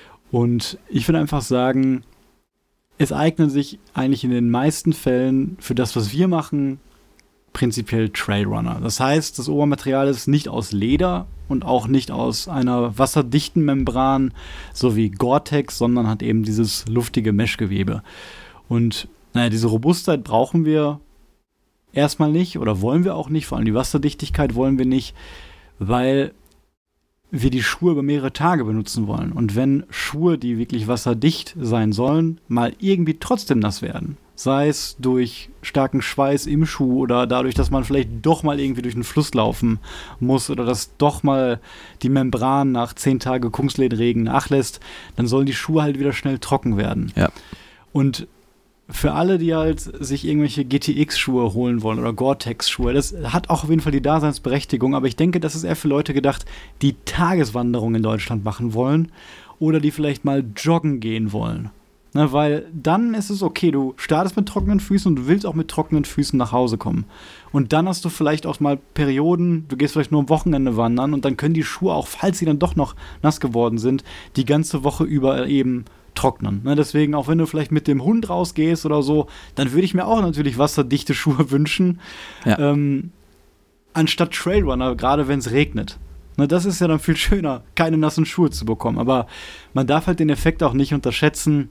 Und ich würde einfach sagen, es eignen sich eigentlich in den meisten Fällen für das, was wir machen, prinzipiell Trailrunner. Das heißt, das Obermaterial ist nicht aus Leder und auch nicht aus einer wasserdichten Membran, so wie Gore-Tex, sondern hat eben dieses luftige Meshgewebe. Und naja, diese Robustheit brauchen wir erstmal nicht oder wollen wir auch nicht, vor allem die Wasserdichtigkeit wollen wir nicht, weil wir die Schuhe über mehrere Tage benutzen wollen. Und wenn Schuhe, die wirklich wasserdicht sein sollen, mal irgendwie trotzdem nass werden, sei es durch starken Schweiß im Schuh oder dadurch, dass man vielleicht doch mal irgendwie durch einen Fluss laufen muss oder dass doch mal die Membran nach zehn Tagen Kungslederregen nachlässt, dann sollen die Schuhe halt wieder schnell trocken werden. Ja. Und für alle, die halt sich irgendwelche G T X-Schuhe holen wollen oder Gore-Tex-Schuhe, das hat auch auf jeden Fall die Daseinsberechtigung, aber ich denke, das ist eher für Leute gedacht, die Tageswanderung in Deutschland machen wollen oder die vielleicht mal joggen gehen wollen. Ne, weil dann ist es okay, du startest mit trockenen Füßen und du willst auch mit trockenen Füßen nach Hause kommen. Und dann hast du vielleicht auch mal Perioden, du gehst vielleicht nur am Wochenende wandern und dann können die Schuhe auch, falls sie dann doch noch nass geworden sind, die ganze Woche über eben trocknen. Ne, deswegen, auch wenn du vielleicht mit dem Hund rausgehst oder so, dann würde ich mir auch natürlich wasserdichte Schuhe wünschen. Ja. Ähm, anstatt Trailrunner, gerade wenn es regnet. Na, das ist ja dann viel schöner, keine nassen Schuhe zu bekommen. Aber man darf halt den Effekt auch nicht unterschätzen,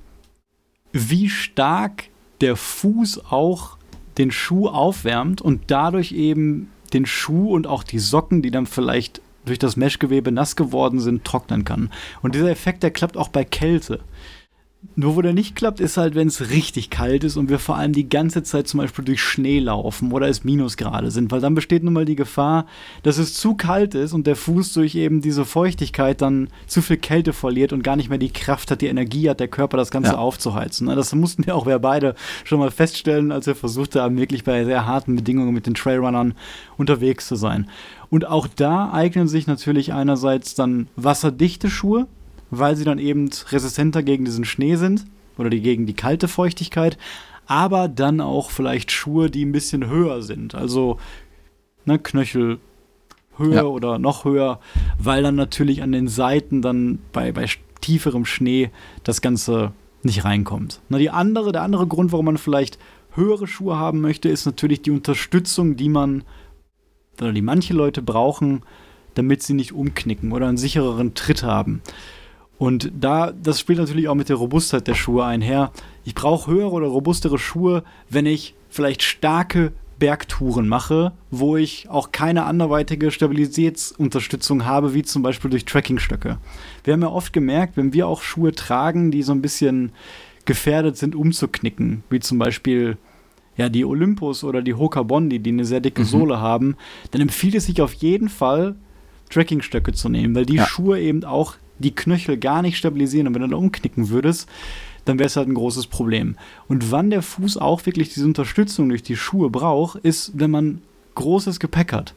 wie stark der Fuß auch den Schuh aufwärmt und dadurch eben den Schuh und auch die Socken, die dann vielleicht durch das Meshgewebe nass geworden sind, trocknen kann. Und dieser Effekt, der klappt auch bei Kälte. Nur wo der nicht klappt, ist halt, wenn es richtig kalt ist und wir vor allem die ganze Zeit zum Beispiel durch Schnee laufen oder es Minusgrade sind, weil dann besteht nun mal die Gefahr, dass es zu kalt ist und der Fuß durch eben diese Feuchtigkeit dann zu viel Kälte verliert und gar nicht mehr die Kraft hat, die Energie hat, der Körper das Ganze ja. aufzuheizen. Das mussten wir auch wir beide schon mal feststellen, als wir versucht haben, wirklich bei sehr harten Bedingungen mit den Trailrunnern unterwegs zu sein. Und auch da eignen sich natürlich einerseits dann wasserdichte Schuhe, weil sie dann eben resistenter gegen diesen Schnee sind oder die, gegen die kalte Feuchtigkeit, aber dann auch vielleicht Schuhe, die ein bisschen höher sind, also ne, Knöchel höher ja. oder noch höher, weil dann natürlich an den Seiten dann bei, bei tieferem Schnee das Ganze nicht reinkommt. Na, die andere, der andere Grund, warum man vielleicht höhere Schuhe haben möchte, ist natürlich die Unterstützung, die man oder die manche Leute brauchen, damit sie nicht umknicken oder einen sichereren Tritt haben. Und da, das spielt natürlich auch mit der Robustheit der Schuhe einher. Ich brauche höhere oder robustere Schuhe, wenn ich vielleicht starke Bergtouren mache, wo ich auch keine anderweitige Stabilitätsunterstützung habe, wie zum Beispiel durch Trekkingstöcke. Wir haben ja oft gemerkt, wenn wir auch Schuhe tragen, die so ein bisschen gefährdet sind, umzuknicken, wie zum Beispiel ja, die Olympus oder die Hoka Bondi, die eine sehr dicke mhm. Sohle haben, dann empfiehlt es sich auf jeden Fall, Trekkingstöcke zu nehmen, weil die ja. Schuhe eben auch die Knöchel gar nicht stabilisieren. Und wenn du da umknicken würdest, dann wäre es halt ein großes Problem. Und wann der Fuß auch wirklich diese Unterstützung durch die Schuhe braucht, ist, wenn man großes Gepäck hat.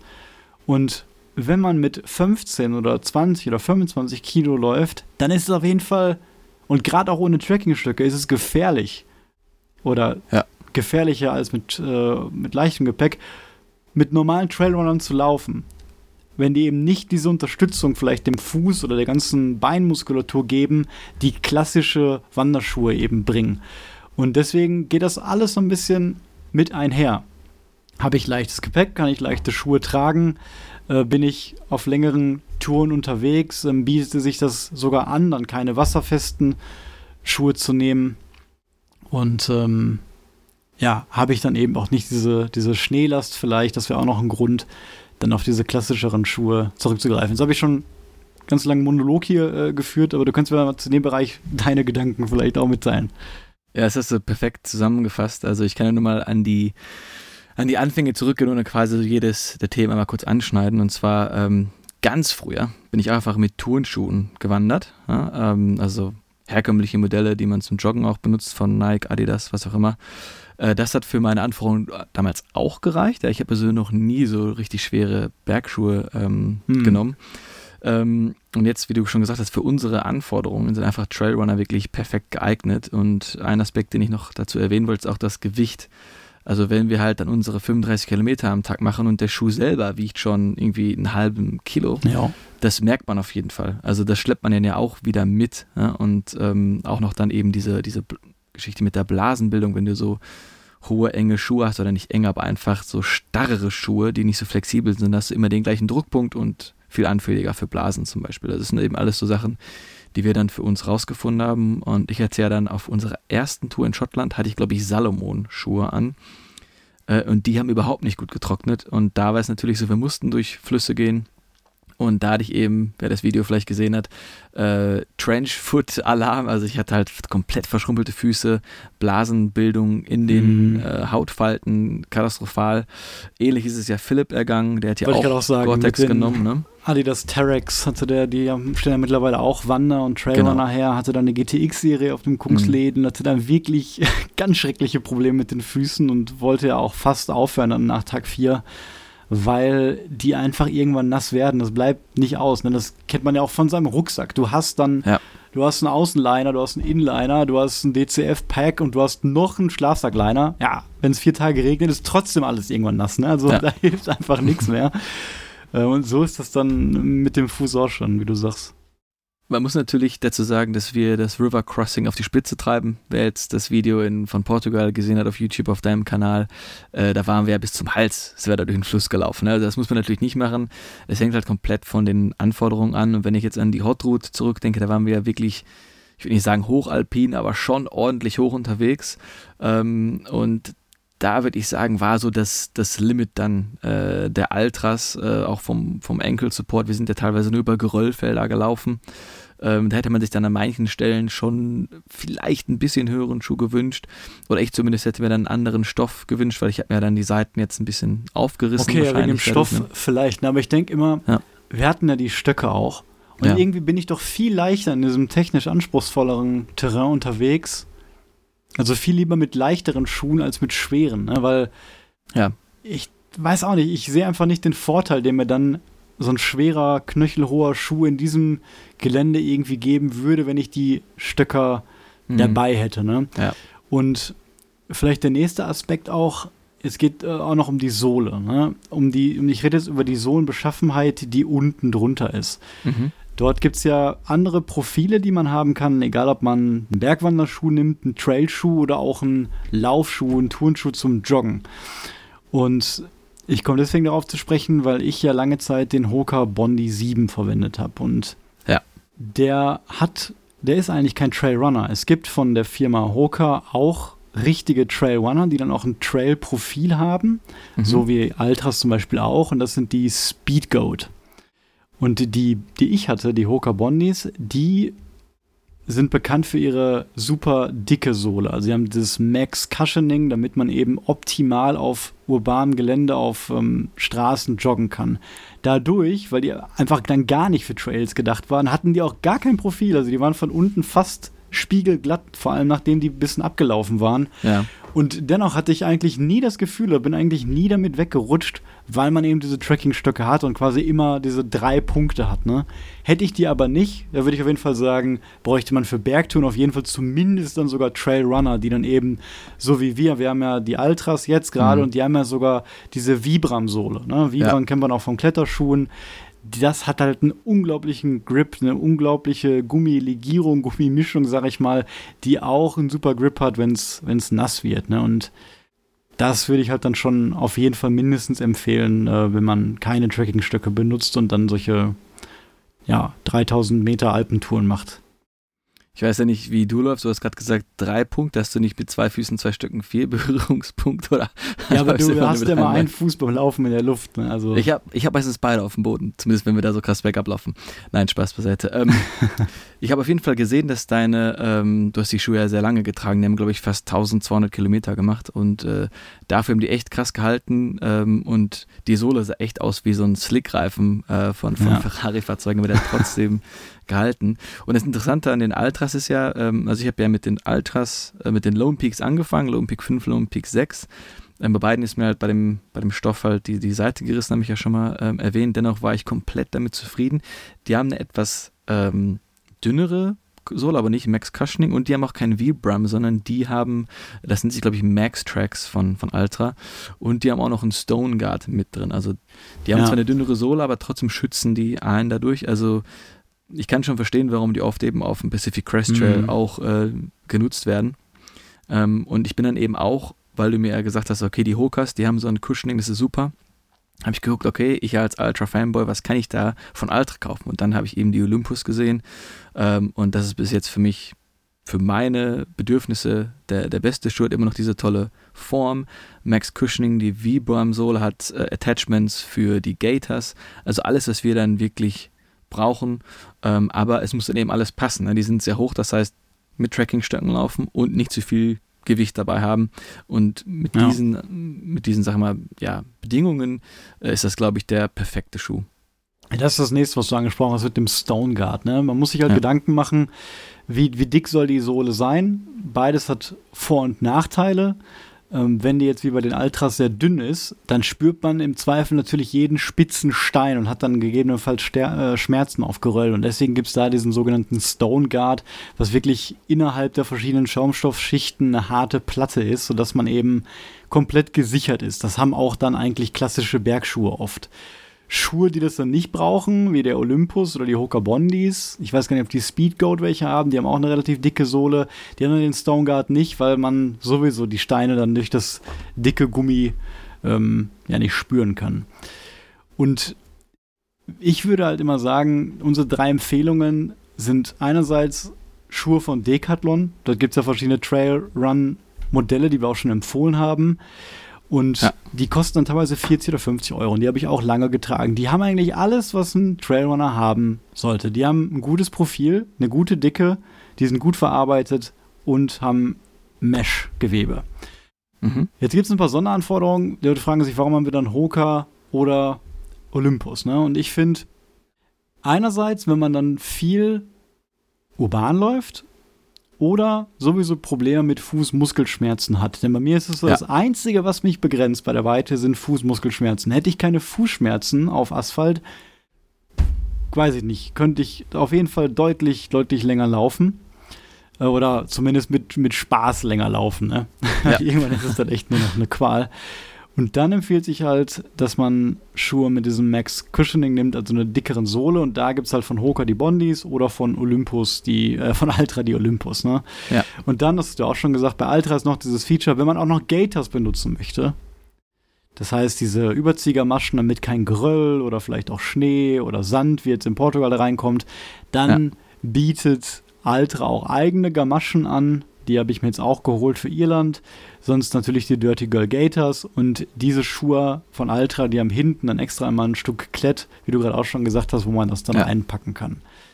Und wenn man mit fünfzehn oder zwanzig oder fünfundzwanzig Kilo läuft, dann ist es auf jeden Fall, und gerade auch ohne Trekkingstöcke, ist es gefährlich. Oder ja. gefährlicher als mit, äh, mit leichtem Gepäck, mit normalen Trailrunnern zu laufen. Wenn die eben nicht diese Unterstützung vielleicht dem Fuß oder der ganzen Beinmuskulatur geben, die klassische Wanderschuhe eben bringen. Und deswegen geht das alles so ein bisschen mit einher. Habe ich leichtes Gepäck, kann ich leichte Schuhe tragen, äh, bin ich auf längeren Touren unterwegs, ähm, bietet sich das sogar an, dann keine wasserfesten Schuhe zu nehmen. Und ähm, ja, habe ich dann eben auch nicht diese, diese Schneelast vielleicht, das wäre auch noch ein Grund, dann auf diese klassischeren Schuhe zurückzugreifen. Jetzt habe ich schon ganz lange Monolog hier äh, geführt, aber du kannst mir zu dem Bereich deine Gedanken vielleicht auch mitteilen. Ja, das hast du perfekt zusammengefasst. Also ich kann ja nur mal an die, an die Anfänge zurückgehen und quasi jedes der Themen mal kurz anschneiden. Und zwar ähm, ganz früher bin ich einfach mit Turnschuhen gewandert. Ja, ähm, also herkömmliche Modelle, die man zum Joggen auch benutzt, von Nike, Adidas, was auch immer. Das hat für meine Anforderungen damals auch gereicht. Ich habe also noch nie so richtig schwere Bergschuhe ähm, hm. genommen. Ähm, und jetzt, wie du schon gesagt hast, für unsere Anforderungen sind einfach Trailrunner wirklich perfekt geeignet. Und ein Aspekt, den ich noch dazu erwähnen wollte, ist auch das Gewicht. Also wenn wir halt dann unsere fünfunddreißig Kilometer am Tag machen und der Schuh selber wiegt schon irgendwie einen halben Kilo, ja. das merkt man auf jeden Fall. Also das schleppt man ja auch wieder mit. Ja? Und ähm, auch noch dann eben diese, diese Geschichte mit der Blasenbildung, wenn du so hohe, enge Schuhe hast, oder nicht eng, aber einfach so starrere Schuhe, die nicht so flexibel sind, hast du immer den gleichen Druckpunkt und viel anfälliger für Blasen zum Beispiel. Das sind eben alles so Sachen, die wir dann für uns rausgefunden haben. Und ich hatte ja dann auf unserer ersten Tour in Schottland, hatte ich glaube ich Salomon-Schuhe an. Äh, und die haben überhaupt nicht gut getrocknet. Und da war es natürlich so, wir mussten durch Flüsse gehen. Und da hatte ich eben, wer das Video vielleicht gesehen hat, äh, Trench-Foot-Alarm. Also ich hatte halt komplett verschrumpelte Füße, Blasenbildung in den mm. äh, Hautfalten, katastrophal. Ähnlich ist es ja Philipp ergangen, der hat ja auch, auch sagen, Gore-Tex genommen. Ne? Adidas Terex hatte der, die stellen ja mittlerweile auch Wander- und Trailrunner genau. her, hatte dann eine G T X-Serie auf dem Kungsläden, mm. hatte dann wirklich ganz schreckliche Probleme mit den Füßen und wollte ja auch fast aufhören dann nach Tag vier. Weil die einfach irgendwann nass werden. Das bleibt nicht aus. Ne? Das kennt man ja auch von seinem Rucksack. Du hast dann, ja. du hast einen Außenliner, du hast einen Inliner, du hast einen D C F-Pack und du hast noch einen Schlafsackliner. Ja, wenn es vier Tage regnet, ist trotzdem alles irgendwann nass. Ne? Also ja. da hilft einfach nichts mehr. Und so ist das dann mit dem Fuß auch schon, wie du sagst. Man muss natürlich dazu sagen, dass wir das River Crossing auf die Spitze treiben. Wer jetzt das Video in, von Portugal gesehen hat auf YouTube, auf deinem Kanal, äh, da waren wir ja bis zum Hals, es wäre da durch den Fluss gelaufen. Ne? Also das muss man natürlich nicht machen. Es hängt halt komplett von den Anforderungen an. Und wenn ich jetzt an die Hot Route zurückdenke, da waren wir ja wirklich, ich will nicht sagen hochalpin, aber schon ordentlich hoch unterwegs. Ähm, und da würde ich sagen, war so das, das Limit dann äh, der Altras, äh, auch vom, vom Ankle Support. Wir sind ja teilweise nur über Geröllfelder gelaufen. Ähm, da hätte man sich dann an manchen Stellen schon vielleicht ein bisschen höheren Schuh gewünscht. Oder ich zumindest hätte mir dann einen anderen Stoff gewünscht, weil ich habe mir dann die Seiten jetzt ein bisschen aufgerissen. Okay, wegen dem Stoff dadurch, ne? vielleicht. Aber ich denke immer, ja. wir hatten ja die Stöcke auch. Und ja. irgendwie bin ich doch viel leichter in diesem technisch anspruchsvolleren Terrain unterwegs. Also viel lieber mit leichteren Schuhen als mit schweren, ne? Weil ja. ich weiß auch nicht, ich sehe einfach nicht den Vorteil, den mir dann so ein schwerer, knöchelhoher Schuh in diesem Gelände irgendwie geben würde, wenn ich die Stöcker mhm. dabei hätte. Ne? Ja. Und vielleicht der nächste Aspekt auch, es geht äh, auch noch um die Sohle. Ne? Um die, ich rede jetzt über die Sohlenbeschaffenheit, die unten drunter ist. Mhm. Dort gibt es ja andere Profile, die man haben kann, egal ob man einen Bergwanderschuh nimmt, einen Trailschuh oder auch einen Laufschuh, einen Turnschuh zum Joggen. Und ich komme deswegen darauf zu sprechen, weil ich ja lange Zeit den Hoka Bondi sieben verwendet habe. Und ja. der hat, der ist eigentlich kein Trailrunner. Es gibt von der Firma Hoka auch richtige Trailrunner, die dann auch ein Trail-Profil haben, mhm. so wie Altras zum Beispiel auch. Und das sind die Speedgoat. Und die, die ich hatte, die Hoka Bondis, die sind bekannt für ihre super dicke Sohle. Also sie haben dieses Max Cushioning, damit man eben optimal auf urbanem Gelände, auf ähm, Straßen joggen kann. Dadurch, weil die einfach dann gar nicht für Trails gedacht waren, hatten die auch gar kein Profil. Also die waren von unten fast spiegelglatt, vor allem nachdem die ein bisschen abgelaufen waren. Ja. Und dennoch hatte ich eigentlich nie das Gefühl, oder bin eigentlich nie damit weggerutscht, weil man eben diese Tracking-Stöcke hat und quasi immer diese drei Punkte hat. Ne? Hätte ich die aber nicht, da würde ich auf jeden Fall sagen, bräuchte man für Bergtouren auf jeden Fall zumindest dann sogar Trailrunner, die dann eben, so wie wir, wir haben ja die Altras jetzt gerade mhm. und die haben ja sogar diese Vibram-Sohle. Ne? Vibram ja. kennt man auch von Kletterschuhen. Das hat halt einen unglaublichen Grip, eine unglaubliche Gummilegierung, Gummimischung, sag ich mal, die auch einen super Grip hat, wenn es nass wird. Ne? Und das würde ich halt dann schon auf jeden Fall mindestens empfehlen, äh, wenn man keine Trekkingstöcke benutzt und dann solche ja, dreitausend Meter Alpentouren macht. Ich weiß ja nicht, wie du läufst. Du hast gerade gesagt, drei Punkte. Hast du nicht mit zwei Füßen, zwei Stöcken vier Berührungspunkte? Oder? Ja, aber du hast ja mal einen Fuß beim Laufen in der Luft. Ne? Also ich habe ich hab meistens beide auf dem Boden. Zumindest, wenn wir da so krass bergab laufen. Nein, Spaß beiseite. Ähm, ich habe auf jeden Fall gesehen, dass deine, ähm, du hast die Schuhe ja sehr lange getragen. Die haben, glaube ich, fast tausendzweihundert Kilometer gemacht. Und äh, dafür haben die echt krass gehalten. Ähm, und die Sohle sah echt aus wie so ein Slickreifen äh, von, von ja. Ferrari-Fahrzeugen. Aber der hat trotzdem gehalten. Und das Interessante an den Altras ist ja, ähm, also ich habe ja mit den Altras, äh, mit den Lone Peaks angefangen, Lone Peak fünf, Lone Peak sechs. Ähm, bei beiden ist mir halt bei dem, bei dem Stoff halt die, die Seite gerissen, habe ich ja schon mal ähm, erwähnt. Dennoch war ich komplett damit zufrieden. Die haben eine etwas ähm, dünnere Sohle, aber nicht Max Cushioning, und die haben auch kein Vibram, sondern die haben, das nennt sich glaube ich Max Tracks von, von Altra, und die haben auch noch einen Stone Guard mit drin. Also die haben ja. zwar eine dünnere Sohle, aber trotzdem schützen die einen dadurch. Also ich kann schon verstehen, warum die oft eben auf dem Pacific Crest Trail mhm. auch äh, genutzt werden. Ähm, und ich bin dann eben auch, weil du mir ja gesagt hast, okay, die Hokas, die haben so ein Cushioning, das ist super, habe ich geguckt, okay, ich als Ultra-Fanboy, was kann ich da von Altra kaufen? Und dann habe ich eben die Olympus gesehen. Ähm, und das ist bis jetzt für mich, für meine Bedürfnisse der, der beste Schuh, hat immer noch diese tolle Form. Max Cushioning, die Vibram-Sohle hat äh, Attachments für die Gators. Also alles, was wir dann wirklich brauchen, ähm, aber es muss dann eben alles passen. Ne? Die sind sehr hoch, das heißt mit Trackingstöcken laufen und nicht zu viel Gewicht dabei haben, und mit ja. diesen, mit diesen, sag mal, ja, Bedingungen äh, ist das, glaube ich, der perfekte Schuh. Das ist das nächste, was du angesprochen hast mit dem Stone Guard. Ne? Man muss sich halt ja. Gedanken machen, wie, wie dick soll die Sohle sein. Beides hat Vor- und Nachteile. Ähm, wenn die jetzt wie bei den Altras sehr dünn ist, dann spürt man im Zweifel natürlich jeden spitzen Stein und hat dann gegebenenfalls Ster- äh, Schmerzen auf Geröll. Und deswegen gibt es da diesen sogenannten Stone Guard, was wirklich innerhalb der verschiedenen Schaumstoffschichten eine harte Platte ist, sodass man eben komplett gesichert ist. Das haben auch dann eigentlich klassische Bergschuhe oft. Schuhe, die das dann nicht brauchen, wie der Olympus oder die Hoka Bondis. Ich weiß gar nicht, ob die Speedgoat welche haben. Die haben auch eine relativ dicke Sohle. Die haben den Stoneguard nicht, weil man sowieso die Steine dann durch das dicke Gummi ähm, ja nicht spüren kann. Und ich würde halt immer sagen, unsere drei Empfehlungen sind einerseits Schuhe von Decathlon. Dort gibt es ja verschiedene Trailrun-Modelle, die wir auch schon empfohlen haben. Und ja. die kosten dann teilweise vierzig oder fünfzig Euro. Und die habe ich auch lange getragen. Die haben eigentlich alles, was ein Trailrunner haben sollte. Die haben ein gutes Profil, eine gute Dicke, die sind gut verarbeitet und haben Mesh-Gewebe. Mhm. Jetzt gibt es ein paar Sonderanforderungen. Die Leute fragen sich, warum haben wir dann Hoka oder Olympus? Ne? Und ich finde, einerseits, wenn man dann viel urban läuft, oder sowieso Probleme mit Fußmuskelschmerzen hat. Denn bei mir ist es so, ja. das Einzige, was mich begrenzt bei der Weite, sind Fußmuskelschmerzen. Hätte ich keine Fußschmerzen auf Asphalt, weiß ich nicht, könnte ich auf jeden Fall deutlich, deutlich länger laufen. Oder zumindest mit, mit Spaß länger laufen. Ne? Ja. Irgendwann ist es dann echt nur noch eine Qual. Und dann empfiehlt sich halt, dass man Schuhe mit diesem Max Cushioning nimmt, also eine dickeren Sohle. Und da gibt es halt von Hoka die Bondis oder von Olympus, die, äh, von Altra die Olympus. Ne? Ja. Und dann, das hast du auch schon gesagt, bei Altra ist noch dieses Feature, wenn man auch noch Gaiters benutzen möchte. Das heißt, diese Überziehermaschen, damit kein Geröll oder vielleicht auch Schnee oder Sand, wie jetzt in Portugal reinkommt, dann ja. bietet Altra auch eigene Gamaschen an. Die habe ich mir jetzt auch geholt für Irland. Sonst natürlich die Dirty Girl Gators und diese Schuhe von Altra, die haben hinten dann extra immer ein Stück Klett, wie du gerade auch schon gesagt hast, wo man das dann ja. einpacken kann.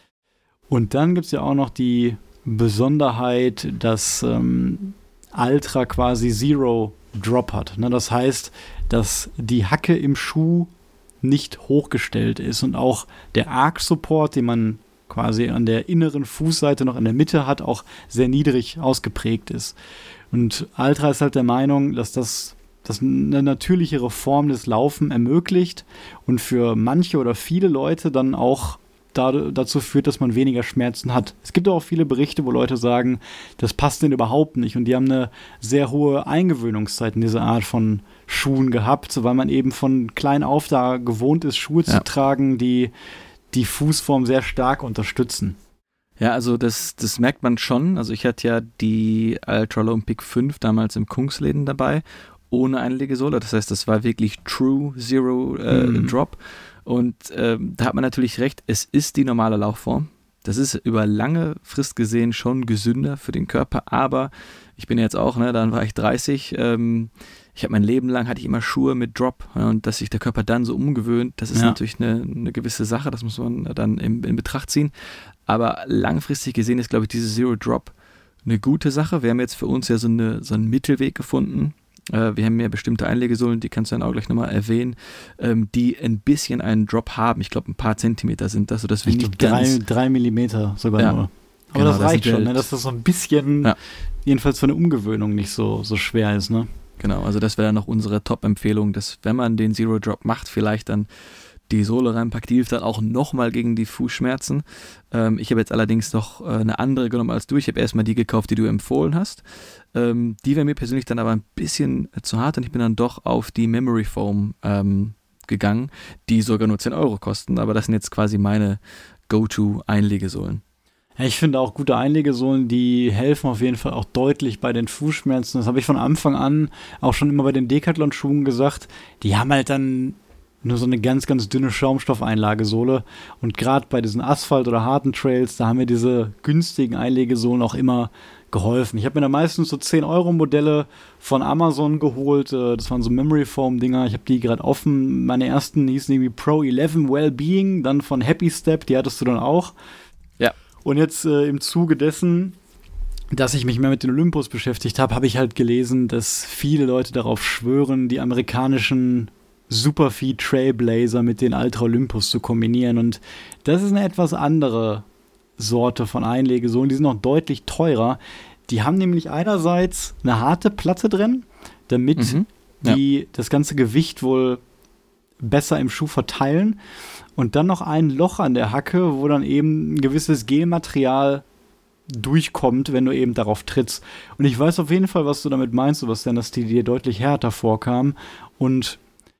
Und dann gibt es ja auch noch die Besonderheit, dass ähm, Altra quasi Zero Drop hat. Ne? Das heißt, dass die Hacke im Schuh nicht hochgestellt ist und auch der Arc-Support, den man quasi an der inneren Fußseite noch in der Mitte hat, auch sehr niedrig ausgeprägt ist. Und Altra ist halt der Meinung, dass das, das eine natürlichere Form des Laufen ermöglicht und für manche oder viele Leute dann auch da, dazu führt, dass man weniger Schmerzen hat. Es gibt auch viele Berichte, wo Leute sagen, das passt denen überhaupt nicht und die haben eine sehr hohe Eingewöhnungszeit in dieser Art von Schuhen gehabt, weil man eben von klein auf da gewohnt ist, Schuhe ja. zu tragen, die die Fußform sehr stark unterstützen. Ja, also das, das merkt man schon. Also ich hatte ja die Ultra Olympic fünf damals im Kungsläden dabei, ohne Einlegesohle. Das heißt, das war wirklich True Zero äh, mm. Drop. Und ähm, da hat man natürlich recht, es ist die normale Laufform. Das ist über lange Frist gesehen schon gesünder für den Körper, aber ich bin jetzt auch, ne, dann war ich dreißig, ähm, ich habe mein Leben lang, hatte ich immer Schuhe mit Drop, ja, und dass sich der Körper dann so umgewöhnt, das ist ja. natürlich eine, eine gewisse Sache, das muss man dann in, in Betracht ziehen, aber langfristig gesehen ist, glaube ich, diese Zero Drop eine gute Sache. Wir haben jetzt für uns ja so, eine, so einen Mittelweg gefunden. Äh, wir haben ja bestimmte Einlegesohlen, die kannst du dann auch gleich nochmal erwähnen, ähm, die ein bisschen einen Drop haben. Ich glaube, ein paar Zentimeter sind das, sodass wir ich nicht drei, ganz... drei Millimeter sogar ja. nur. Aber genau, das reicht das schon, halt, ne? Dass das so ein bisschen, ja. jedenfalls für eine Umgewöhnung nicht so, so schwer ist, ne? Genau, also das wäre dann noch unsere Top-Empfehlung, dass wenn man den Zero Drop macht, vielleicht dann die Sohle reinpackt, die hilft dann auch nochmal gegen die Fußschmerzen. Ähm, ich habe jetzt allerdings noch äh, eine andere genommen als du. Ich habe erstmal die gekauft, die du empfohlen hast. Ähm, die wäre mir persönlich dann aber ein bisschen äh, zu hart und ich bin dann doch auf die Memory Foam ähm, gegangen, die sogar nur zehn Euro kosten, aber das sind jetzt quasi meine Go-To-Einlegesohlen. Ja, ich finde auch gute Einlegesohlen, die helfen auf jeden Fall auch deutlich bei den Fußschmerzen. Das habe ich von Anfang an auch schon immer bei den Decathlon-Schuhen gesagt. Die haben halt dann nur so eine ganz, ganz dünne Schaumstoffeinlagesohle. Und gerade bei diesen Asphalt- oder harten Trails, da haben mir diese günstigen Einlegesohlen auch immer geholfen. Ich habe mir da meistens so zehn Euro Modelle von Amazon geholt. Das waren so Memory Foam Dinger. Ich habe die gerade offen. Meine ersten hießen irgendwie Pro elf Wellbeing, dann von Happy Step, die hattest du dann auch. Ja. Und jetzt äh, im Zuge dessen, dass ich mich mehr mit den Olympus beschäftigt habe, habe ich halt gelesen, dass viele Leute darauf schwören, die amerikanischen Superfeed Trailblazer mit den Ultra Olympus zu kombinieren. Und das ist eine etwas andere Sorte von Einlegesohlen. Die sind auch deutlich teurer. Die haben nämlich einerseits eine harte Platte drin, damit mhm. die ja. das ganze Gewicht wohl besser im Schuh verteilen. Und dann noch ein Loch an der Hacke, wo dann eben ein gewisses Gelmaterial durchkommt, wenn du eben darauf trittst. Und ich weiß auf jeden Fall, was du damit meinst, Sebastian, dass die dir deutlich härter vorkamen. Und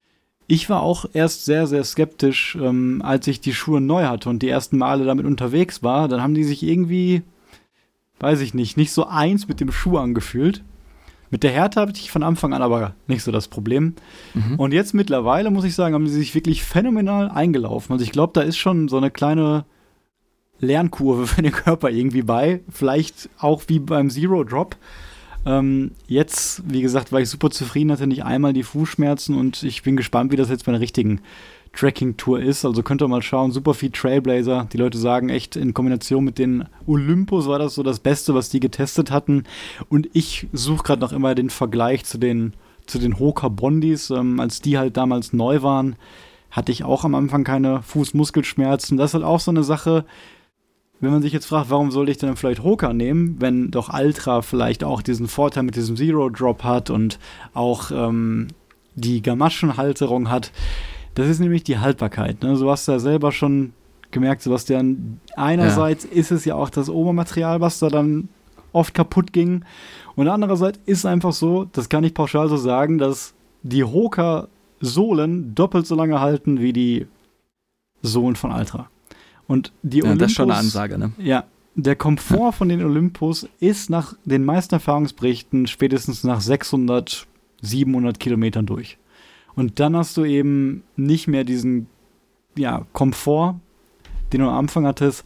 ich war auch erst sehr, sehr skeptisch, ähm, als ich die Schuhe neu hatte und die ersten Male damit unterwegs war. Dann haben die sich irgendwie, weiß ich nicht, nicht so eins mit dem Schuh angefühlt. Mit der Härte hatte ich von Anfang an aber nicht so das Problem. Mhm. Und jetzt mittlerweile, muss ich sagen, haben sie sich wirklich phänomenal eingelaufen. Also ich glaube, da ist schon so eine kleine Lernkurve für den Körper irgendwie bei. Vielleicht auch wie beim Zero Drop. Ähm, jetzt, wie gesagt, war ich super zufrieden, hatte nicht einmal die Fußschmerzen und ich bin gespannt, wie das jetzt bei einer richtigen Tracking-Tour ist. Also könnt ihr mal schauen, super viel Trailblazer. Die Leute sagen echt, in Kombination mit den Olympus war das so das Beste, was die getestet hatten. Und ich suche gerade noch immer den Vergleich zu den, zu den Hoka Bondis. Ähm, als die halt damals neu waren, hatte ich auch am Anfang keine Fußmuskelschmerzen. Das ist halt auch so eine Sache, wenn man sich jetzt fragt, warum sollte ich denn vielleicht Hoka nehmen, wenn doch Altra vielleicht auch diesen Vorteil mit diesem Zero Drop hat und auch ähm, die Gamaschenhalterung hat. Das ist nämlich die Haltbarkeit. Ne? Du hast ja selber schon gemerkt, Sebastian, einerseits ja. ist es ja auch das Obermaterial, was da dann oft kaputt ging. Und andererseits ist es einfach so, das kann ich pauschal so sagen, dass die Hoka-Sohlen doppelt so lange halten wie die Sohlen von Altra. Und die ja, Olympus, das ist schon eine Ansage, ne? Ja, der Komfort von den Olympus ist nach den meisten Erfahrungsberichten spätestens nach sechshundert, siebenhundert Kilometern durch. Und dann hast du eben nicht mehr diesen ja, Komfort, den du am Anfang hattest.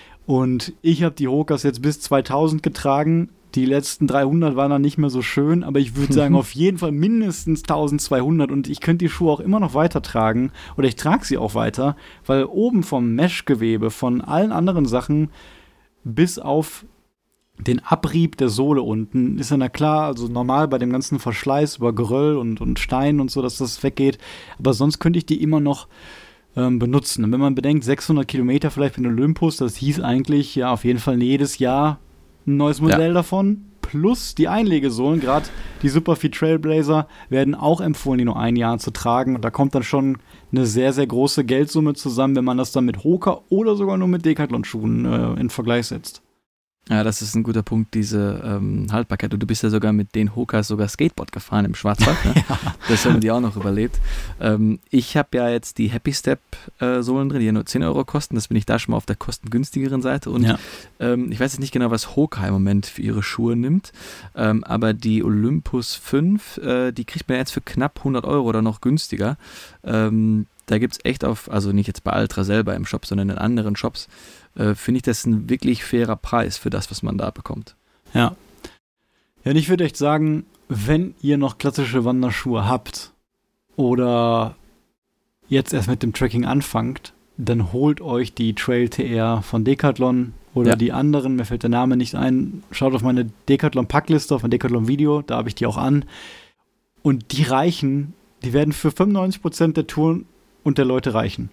Und ich habe die Hokas jetzt bis zweitausend getragen. Die letzten dreihundert waren dann nicht mehr so schön, aber ich würde sagen, auf jeden Fall mindestens zwölfhundert. Und ich könnte die Schuhe auch immer noch weiter tragen. Oder ich trage sie auch weiter, weil oben vom Meshgewebe, von allen anderen Sachen, bis auf den Abrieb der Sohle unten, ist ja na klar, also normal bei dem ganzen Verschleiß über Geröll und, und Stein und so, dass das weggeht. Aber sonst könnte ich die immer noch ähm, benutzen. Und wenn man bedenkt, sechshundert Kilometer vielleicht mit Olympus, das hieß eigentlich ja auf jeden Fall jedes Jahr ein neues Modell ja. davon. Plus die Einlegesohlen, gerade die Superfeet Trailblazer, werden auch empfohlen, die nur ein Jahr zu tragen. Und da kommt dann schon eine sehr, sehr große Geldsumme zusammen, wenn man das dann mit Hoka oder sogar nur mit Decathlon-Schuhen äh, in Vergleich setzt. Ja, das ist ein guter Punkt, diese ähm, Haltbarkeit. Du bist ja sogar mit den Hokas sogar Skateboard gefahren im Schwarzwald. Ne? Ja. Das haben die auch noch überlebt. Ähm, ich habe ja jetzt die Happy Step äh, Sohlen drin, die ja nur zehn Euro kosten. Das bin ich da schon mal auf der kostengünstigeren Seite. Und ja. ähm, ich weiß jetzt nicht genau, was Hoka im Moment für ihre Schuhe nimmt. Ähm, aber die Olympus fünf, äh, die kriegt man jetzt für knapp hundert Euro oder noch günstiger. Ähm, da gibt es echt auf, also nicht jetzt bei Altra selber im Shop, sondern in anderen Shops, äh, finde ich das ein wirklich fairer Preis für das, was man da bekommt. Ja. Ja, und ich würde echt sagen, wenn ihr noch klassische Wanderschuhe habt oder jetzt erst mit dem Tracking anfangt, dann holt euch die Trail T R von Decathlon oder ja. die anderen, mir fällt der Name nicht ein. Schaut auf meine Decathlon-Packliste, auf mein Decathlon-Video, da habe ich die auch an. Und die reichen, die werden für fünfundneunzig Prozent der Touren und der Leute reichen.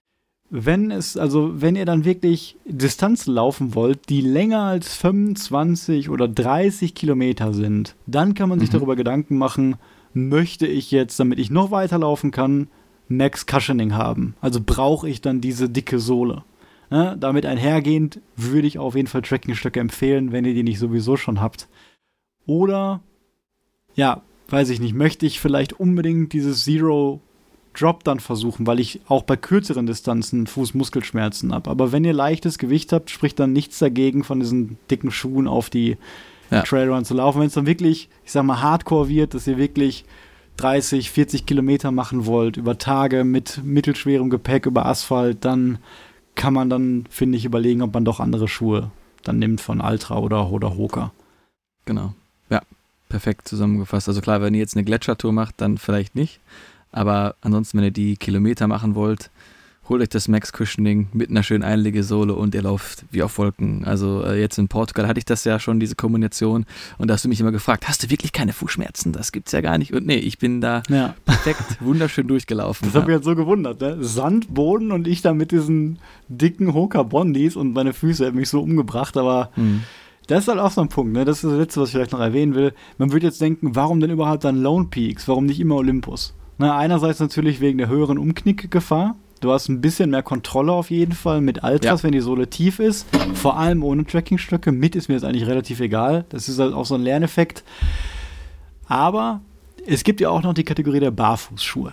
Wenn es, also wenn ihr dann wirklich Distanzen laufen wollt, die länger als fünfundzwanzig oder dreißig Kilometer sind, dann kann man sich mhm. darüber Gedanken machen, möchte ich jetzt, damit ich noch weiterlaufen kann, Max Cushioning haben? Also brauche ich dann diese dicke Sohle? Ja, damit einhergehend würde ich auf jeden Fall Trekkingstöcke empfehlen, wenn ihr die nicht sowieso schon habt. Oder, ja, weiß ich nicht, möchte ich vielleicht unbedingt dieses Zero Drop dann versuchen, weil ich auch bei kürzeren Distanzen Fußmuskelschmerzen habe. Aber wenn ihr leichtes Gewicht habt, spricht dann nichts dagegen, von diesen dicken Schuhen auf die ja. Trailrun zu laufen. Wenn es dann wirklich, ich sag mal, Hardcore wird, dass ihr wirklich dreißig, vierzig Kilometer machen wollt, über Tage mit mittelschwerem Gepäck über Asphalt, dann kann man dann, finde ich, überlegen, ob man doch andere Schuhe dann nimmt von Altra oder, oder Hoka. Genau, ja, perfekt zusammengefasst. Also klar, wenn ihr jetzt eine Gletschertour macht, dann vielleicht nicht. Aber ansonsten, wenn ihr die Kilometer machen wollt, holt euch das Max Cushioning mit einer schönen Einlegesohle und ihr lauft wie auf Wolken. Also äh, jetzt in Portugal hatte ich das ja schon, diese Kombination. Und da hast du mich immer gefragt, hast du wirklich keine Fußschmerzen? Das gibt's ja gar nicht. Und nee, ich bin da ja. perfekt, wunderschön durchgelaufen. Das ja. hat mich jetzt so gewundert, ne? Sand, Boden und ich da mit diesen dicken Hoka-Bondis und meine Füße hätten mich so umgebracht, aber mhm. das ist halt auch so ein Punkt, ne? Das ist das Letzte, was ich vielleicht noch erwähnen will. Man würde jetzt denken, warum denn überhaupt dann Lone Peaks? Warum nicht immer Olympus? Na, einerseits natürlich wegen der höheren Umknickgefahr. Du hast ein bisschen mehr Kontrolle auf jeden Fall mit Altras, ja. wenn die Sohle tief ist. Vor allem ohne Trackingstöcke. Mit ist mir jetzt eigentlich relativ egal. Das ist halt auch so ein Lerneffekt. Aber es gibt ja auch noch die Kategorie der Barfußschuhe.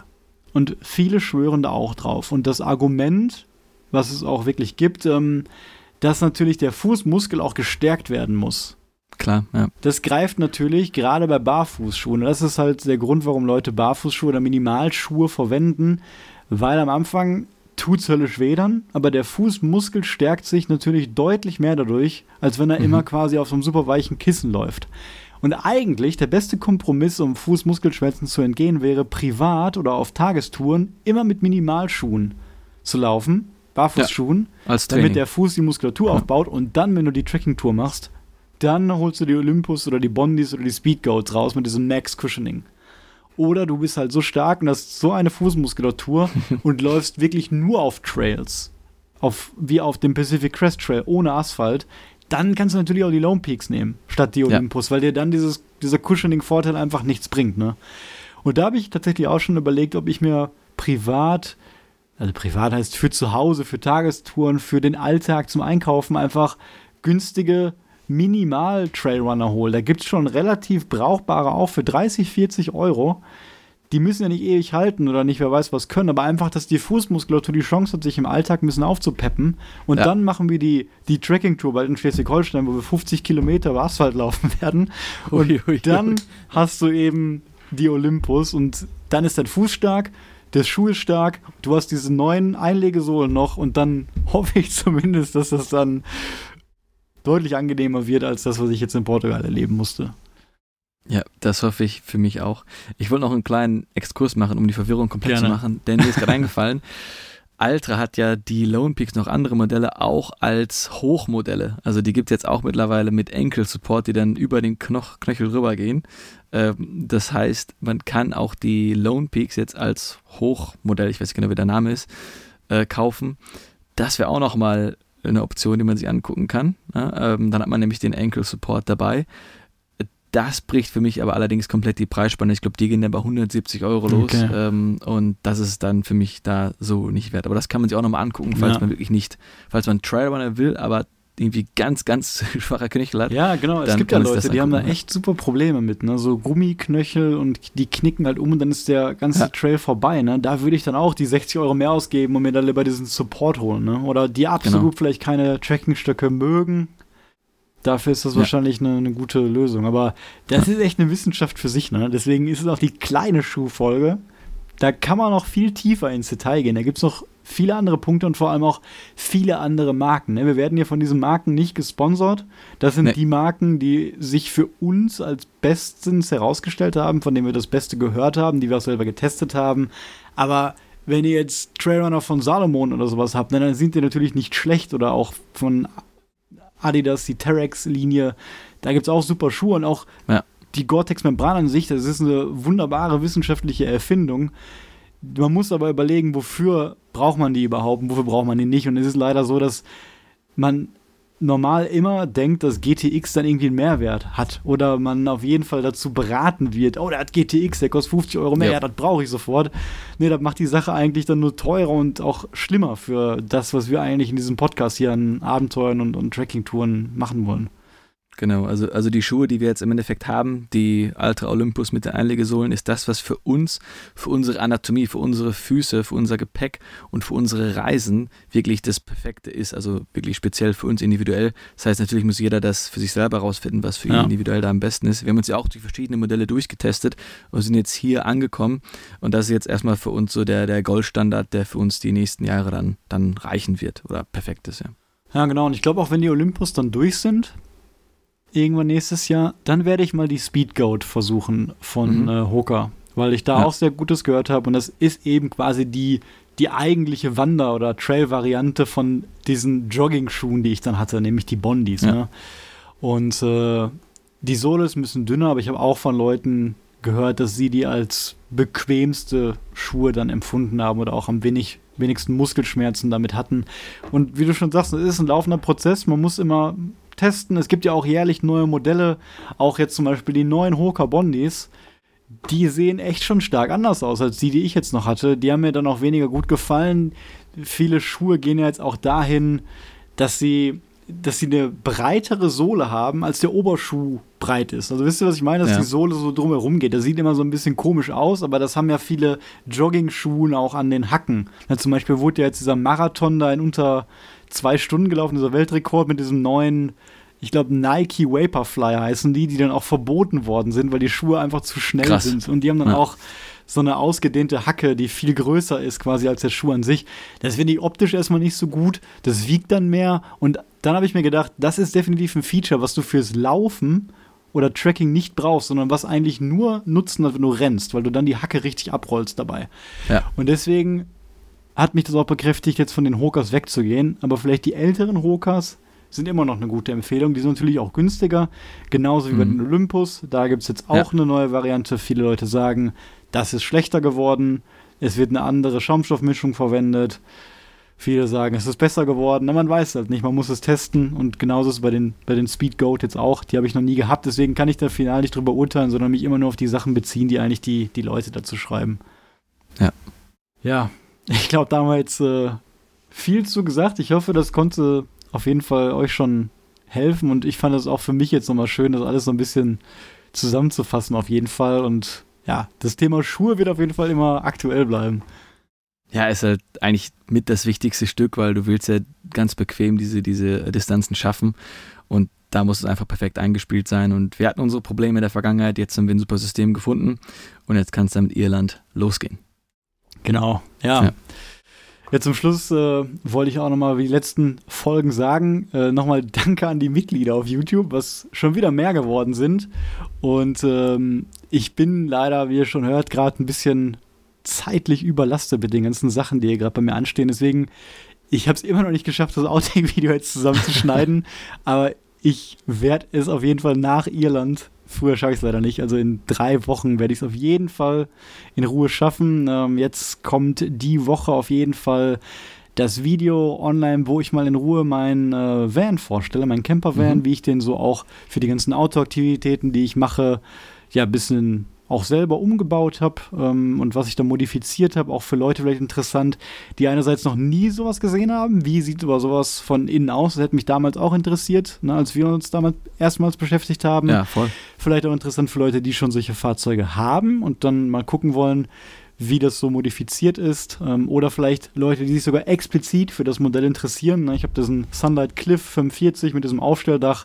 Und viele schwören da auch drauf. Und das Argument, was es auch wirklich gibt, ähm, dass natürlich der Fußmuskel auch gestärkt werden muss. Klar, ja. Das greift natürlich gerade bei Barfußschuhen. Das ist halt der Grund, warum Leute Barfußschuhe oder Minimalschuhe verwenden, weil am Anfang tut's höllisch weh dann, aber der Fußmuskel stärkt sich natürlich deutlich mehr dadurch, als wenn er mhm. immer quasi auf so einem super weichen Kissen läuft. Und eigentlich der beste Kompromiss, um Fußmuskelschmerzen zu entgehen, wäre privat oder auf Tagestouren immer mit Minimalschuhen zu laufen, Barfußschuhen, ja, als damit der Fuß die Muskulatur ja. aufbaut und dann, wenn du die Trekking-Tour machst, dann holst du die Olympus oder die Bondis oder die Speedgoats raus mit diesem Max Cushioning. Oder du bist halt so stark und hast so eine Fußmuskulatur und läufst wirklich nur auf Trails, auf, wie auf dem Pacific Crest Trail, ohne Asphalt, dann kannst du natürlich auch die Lone Peaks nehmen, statt die Olympus, ja. weil dir dann dieses, dieser Cushioning-Vorteil einfach nichts bringt. Ne? Und da habe ich tatsächlich auch schon überlegt, ob ich mir privat, also privat heißt für zu Hause, für Tagestouren, für den Alltag zum Einkaufen einfach günstige Minimal-Trailrunner hole. Da gibt es schon relativ brauchbare auch für dreißig, vierzig Euro. Die müssen ja nicht ewig halten oder nicht, wer weiß was können, aber einfach, dass die Fußmuskulatur die Chance hat, sich im Alltag ein bisschen aufzupeppen. Und ja. dann machen wir die, die Trekking-Tour bald in Schleswig-Holstein, wo wir fünfzig Kilometer über Asphalt laufen werden. Und ui, ui, dann ui. hast du eben die Olympus und dann ist dein Fuß stark, der Schuh ist stark, du hast diese neuen Einlegesohlen noch und dann hoffe ich zumindest, dass das dann deutlich angenehmer wird, als das, was ich jetzt in Portugal erleben musste. Ja, das hoffe ich für mich auch. Ich wollte noch einen kleinen Exkurs machen, um die Verwirrung komplett Gerne. zu machen, denn mir ist gerade eingefallen, Altra hat ja die Lone Peaks, noch andere Modelle, auch als Hochmodelle. Also die gibt es jetzt auch mittlerweile mit Ankle Support, die dann über den Knoch- Knöchel rübergehen. Ähm, das heißt, man kann auch die Lone Peaks jetzt als Hochmodell, ich weiß nicht genau, wie der Name ist, äh, kaufen. Das wäre auch nochmal eine Option, die man sich angucken kann. Ja, ähm, dann hat man nämlich den Ankle Support dabei. Das bricht für mich aber allerdings komplett die Preisspanne. Ich glaube, die gehen dann bei hundertsiebzig Euro los. Okay. Ähm, und das ist dann für mich da so nicht wert. Aber das kann man sich auch nochmal angucken, falls ja. man wirklich nicht, falls man Trailrunner will, aber irgendwie ganz, ganz schwacher Knöchel hat. Ja, genau. Es gibt ja Leute, die haben da echt super Probleme mit, ne? So Gummiknöchel und die knicken halt um und dann ist der ganze ja. Trail vorbei, ne? Da würde ich dann auch die sechzig Euro mehr ausgeben und mir dann lieber diesen Support holen, ne? Oder die absolut genau. vielleicht keine Trekkingstöcke mögen. Dafür ist das ja. wahrscheinlich eine, eine gute Lösung. Aber das ja. ist echt eine Wissenschaft für sich, ne? Deswegen ist es auch die kleine Schuhfolge. Da kann man noch viel tiefer ins Detail gehen. Da gibt es noch viele andere Punkte und vor allem auch viele andere Marken. Ne? Wir werden hier von diesen Marken nicht gesponsert. Das sind nee. die Marken, die sich für uns als bestens herausgestellt haben, von denen wir das Beste gehört haben, die wir auch selber getestet haben. Aber wenn ihr jetzt Trailrunner von Salomon oder sowas habt, dann sind die natürlich nicht schlecht oder auch von Adidas, die Terex-Linie, da gibt es auch super Schuhe und auch ja. die Gore-Tex-Membran an sich, das ist eine wunderbare wissenschaftliche Erfindung. Man muss aber überlegen, wofür braucht man die überhaupt und wofür braucht man die nicht. Und es ist leider so, dass man normal immer denkt, dass G T X dann irgendwie einen Mehrwert hat oder man auf jeden Fall dazu beraten wird, oh, der hat G T X, der kostet fünfzig Euro mehr, ja, ja das brauche ich sofort. Nee, das macht die Sache eigentlich dann nur teurer und auch schlimmer für das, was wir eigentlich in diesem Podcast hier an Abenteuern und, und Trekking-Touren machen wollen. Genau, also, also die Schuhe, die wir jetzt im Endeffekt haben, die Altra Olympus mit den Einlegesohlen, ist das, was für uns, für unsere Anatomie, für unsere Füße, für unser Gepäck und für unsere Reisen wirklich das Perfekte ist, also wirklich speziell für uns individuell. Das heißt, natürlich muss jeder das für sich selber rausfinden, was für ihn ja. individuell da am besten ist. Wir haben uns ja auch die verschiedenen Modelle durchgetestet und sind jetzt hier angekommen und das ist jetzt erstmal für uns so der, der Goldstandard, der für uns die nächsten Jahre dann, dann reichen wird oder perfekt ist, ja. Ja, genau, und ich glaube auch, wenn die Olympus dann durch sind, irgendwann nächstes Jahr, dann werde ich mal die Speedgoat versuchen von mhm. äh, Hoka, weil ich da ja. auch sehr Gutes gehört habe und das ist eben quasi die, die eigentliche Wander- oder Trail-Variante von diesen Jogging-Schuhen, die ich dann hatte, nämlich die Bondis. Ja. Ne? Und äh, die Sohle ist ein bisschen dünner, aber ich habe auch von Leuten gehört, dass sie die als bequemste Schuhe dann empfunden haben oder auch am wenig, wenigsten Muskelschmerzen damit hatten. Und wie du schon sagst, es ist ein laufender Prozess, man muss immer testen. Es gibt ja auch jährlich neue Modelle, auch jetzt zum Beispiel die neuen Hoka Bondis, die sehen echt schon stark anders aus als die, die ich jetzt noch hatte. Die haben mir dann auch weniger gut gefallen. Viele Schuhe gehen ja jetzt auch dahin, dass sie dass sie eine breitere Sohle haben, als der Oberschuh breit ist. Also wisst ihr, was ich meine? Dass ja. die Sohle so drumherum geht. Das sieht immer so ein bisschen komisch aus, aber das haben ja viele Jogging-Schuhe auch an den Hacken. Ja, zum Beispiel wurde ja jetzt dieser Marathon da in unter zwei Stunden gelaufen, dieser Weltrekord mit diesem neuen, ich glaube Nike Vaporfly heißen die, die dann auch verboten worden sind, weil die Schuhe einfach zu schnell Krass. sind. Und die haben dann ja. auch so eine ausgedehnte Hacke, die viel größer ist quasi als der Schuh an sich. Das finde ich optisch erstmal nicht so gut. Das wiegt dann mehr. Und dann habe ich mir gedacht, das ist definitiv ein Feature, was du fürs Laufen oder Tracking nicht brauchst, sondern was eigentlich nur Nutzen hat, wenn du rennst, weil du dann die Hacke richtig abrollst dabei. Ja. Und deswegen hat mich das auch bekräftigt, jetzt von den Hokas wegzugehen. Aber vielleicht die älteren Hokas sind immer noch eine gute Empfehlung. Die sind natürlich auch günstiger, genauso wie mhm. bei den Olympus. Da gibt es jetzt auch ja. eine neue Variante. Viele Leute sagen, das ist schlechter geworden. Es wird eine andere Schaumstoffmischung verwendet. Viele sagen, es ist besser geworden. Na, man weiß halt nicht. Man muss es testen. Und genauso ist es bei den, bei den Speed Goat jetzt auch. Die habe ich noch nie gehabt. Deswegen kann ich da final nicht drüber urteilen, sondern mich immer nur auf die Sachen beziehen, die eigentlich die, die Leute dazu schreiben. Ja. Ja, ich glaube, da haben wir jetzt äh, viel zu gesagt. Ich hoffe, das konnte auf jeden Fall euch schon helfen. Und ich fand es auch für mich jetzt nochmal schön, das alles so ein bisschen zusammenzufassen auf jeden Fall. Und ja, das Thema Schuhe wird auf jeden Fall immer aktuell bleiben. Ja, ist halt eigentlich mit das wichtigste Stück, weil du willst ja ganz bequem diese, diese Distanzen schaffen und da muss es einfach perfekt eingespielt sein und wir hatten unsere Probleme in der Vergangenheit, jetzt haben wir ein super System gefunden und jetzt kann es dann mit Irland losgehen. Genau, ja. ja. Jetzt zum Schluss äh, wollte ich auch nochmal wie die letzten Folgen sagen, äh, nochmal Danke an die Mitglieder auf YouTube, was schon wieder mehr geworden sind. Und ähm, ich bin leider, wie ihr schon hört, gerade ein bisschen zeitlich überlastet mit den ganzen Sachen, die hier gerade bei mir anstehen. Deswegen, ich habe es immer noch nicht geschafft, das Outtake-Video jetzt zusammenzuschneiden. Aber ich werde es auf jeden Fall nach Irland, früher schaffe ich es leider nicht, also in drei Wochen werde ich es auf jeden Fall in Ruhe schaffen. Ähm, jetzt kommt die Woche auf jeden Fall das Video online, wo ich mal in Ruhe meinen äh, Van vorstelle, meinen Camper-Van, mhm. wie ich den so auch für die ganzen Outdoor-Aktivitäten, die ich mache, ja, ein bisschen auch selber umgebaut habe ähm, und was ich da modifiziert habe, auch für Leute vielleicht interessant, die einerseits noch nie sowas gesehen haben. Wie sieht aber sowas von innen aus? Das hätte mich damals auch interessiert, ne, als wir uns damit erstmals beschäftigt haben. Ja, voll. Vielleicht auch interessant für Leute, die schon solche Fahrzeuge haben und dann mal gucken wollen, wie das so modifiziert ist. Ähm, oder vielleicht Leute, die sich sogar explizit für das Modell interessieren. Ne? Ich habe diesen Sunlight Cliff fünfundvierzig mit diesem Aufstelldach.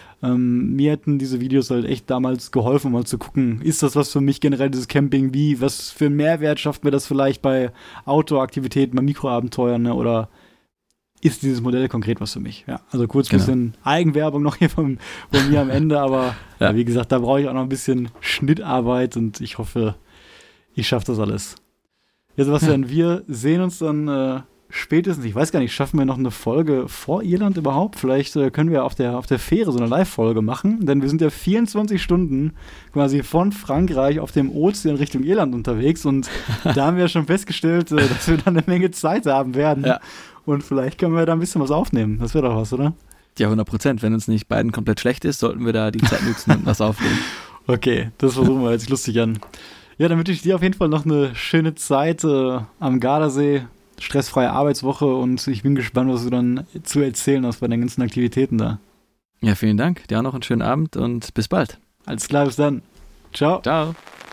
Ähm, mir hätten diese Videos halt echt damals geholfen, mal zu gucken, ist das was für mich generell, dieses Camping, wie, was für einen Mehrwert schafft mir das vielleicht bei Outdoor-Aktivitäten, bei Mikroabenteuern, ne? Oder ist dieses Modell konkret was für mich? Ja, also kurz ein genau. bisschen Eigenwerbung noch hier von, von mir am Ende, aber ja. Ja, wie gesagt, da brauche ich auch noch ein bisschen Schnittarbeit und ich hoffe, ich schaffe das alles. Ja, Sebastian, ja. wir sehen uns dann äh, spätestens, ich weiß gar nicht, schaffen wir noch eine Folge vor Irland überhaupt? Vielleicht äh, können wir auf der, auf der Fähre so eine Live-Folge machen, denn wir sind ja vierundzwanzig Stunden quasi von Frankreich auf dem Ozean Richtung Irland unterwegs und da haben wir schon festgestellt, äh, dass wir dann eine Menge Zeit haben werden ja. und vielleicht können wir da ein bisschen was aufnehmen. Das wäre doch was, oder? Ja, hundert Prozent. Wenn uns nicht beiden komplett schlecht ist, sollten wir da die Zeit nutzen und was aufnehmen. Okay, das versuchen wir jetzt lustig an. Ja, dann wünsche ich dir auf jeden Fall noch eine schöne Zeit äh, am Gardasee. Stressfreie Arbeitswoche und ich bin gespannt, was du dann zu erzählen hast bei den ganzen Aktivitäten da. Ja, vielen Dank. Dir auch noch einen schönen Abend und bis bald. Alles klar, bis dann. Ciao. Ciao.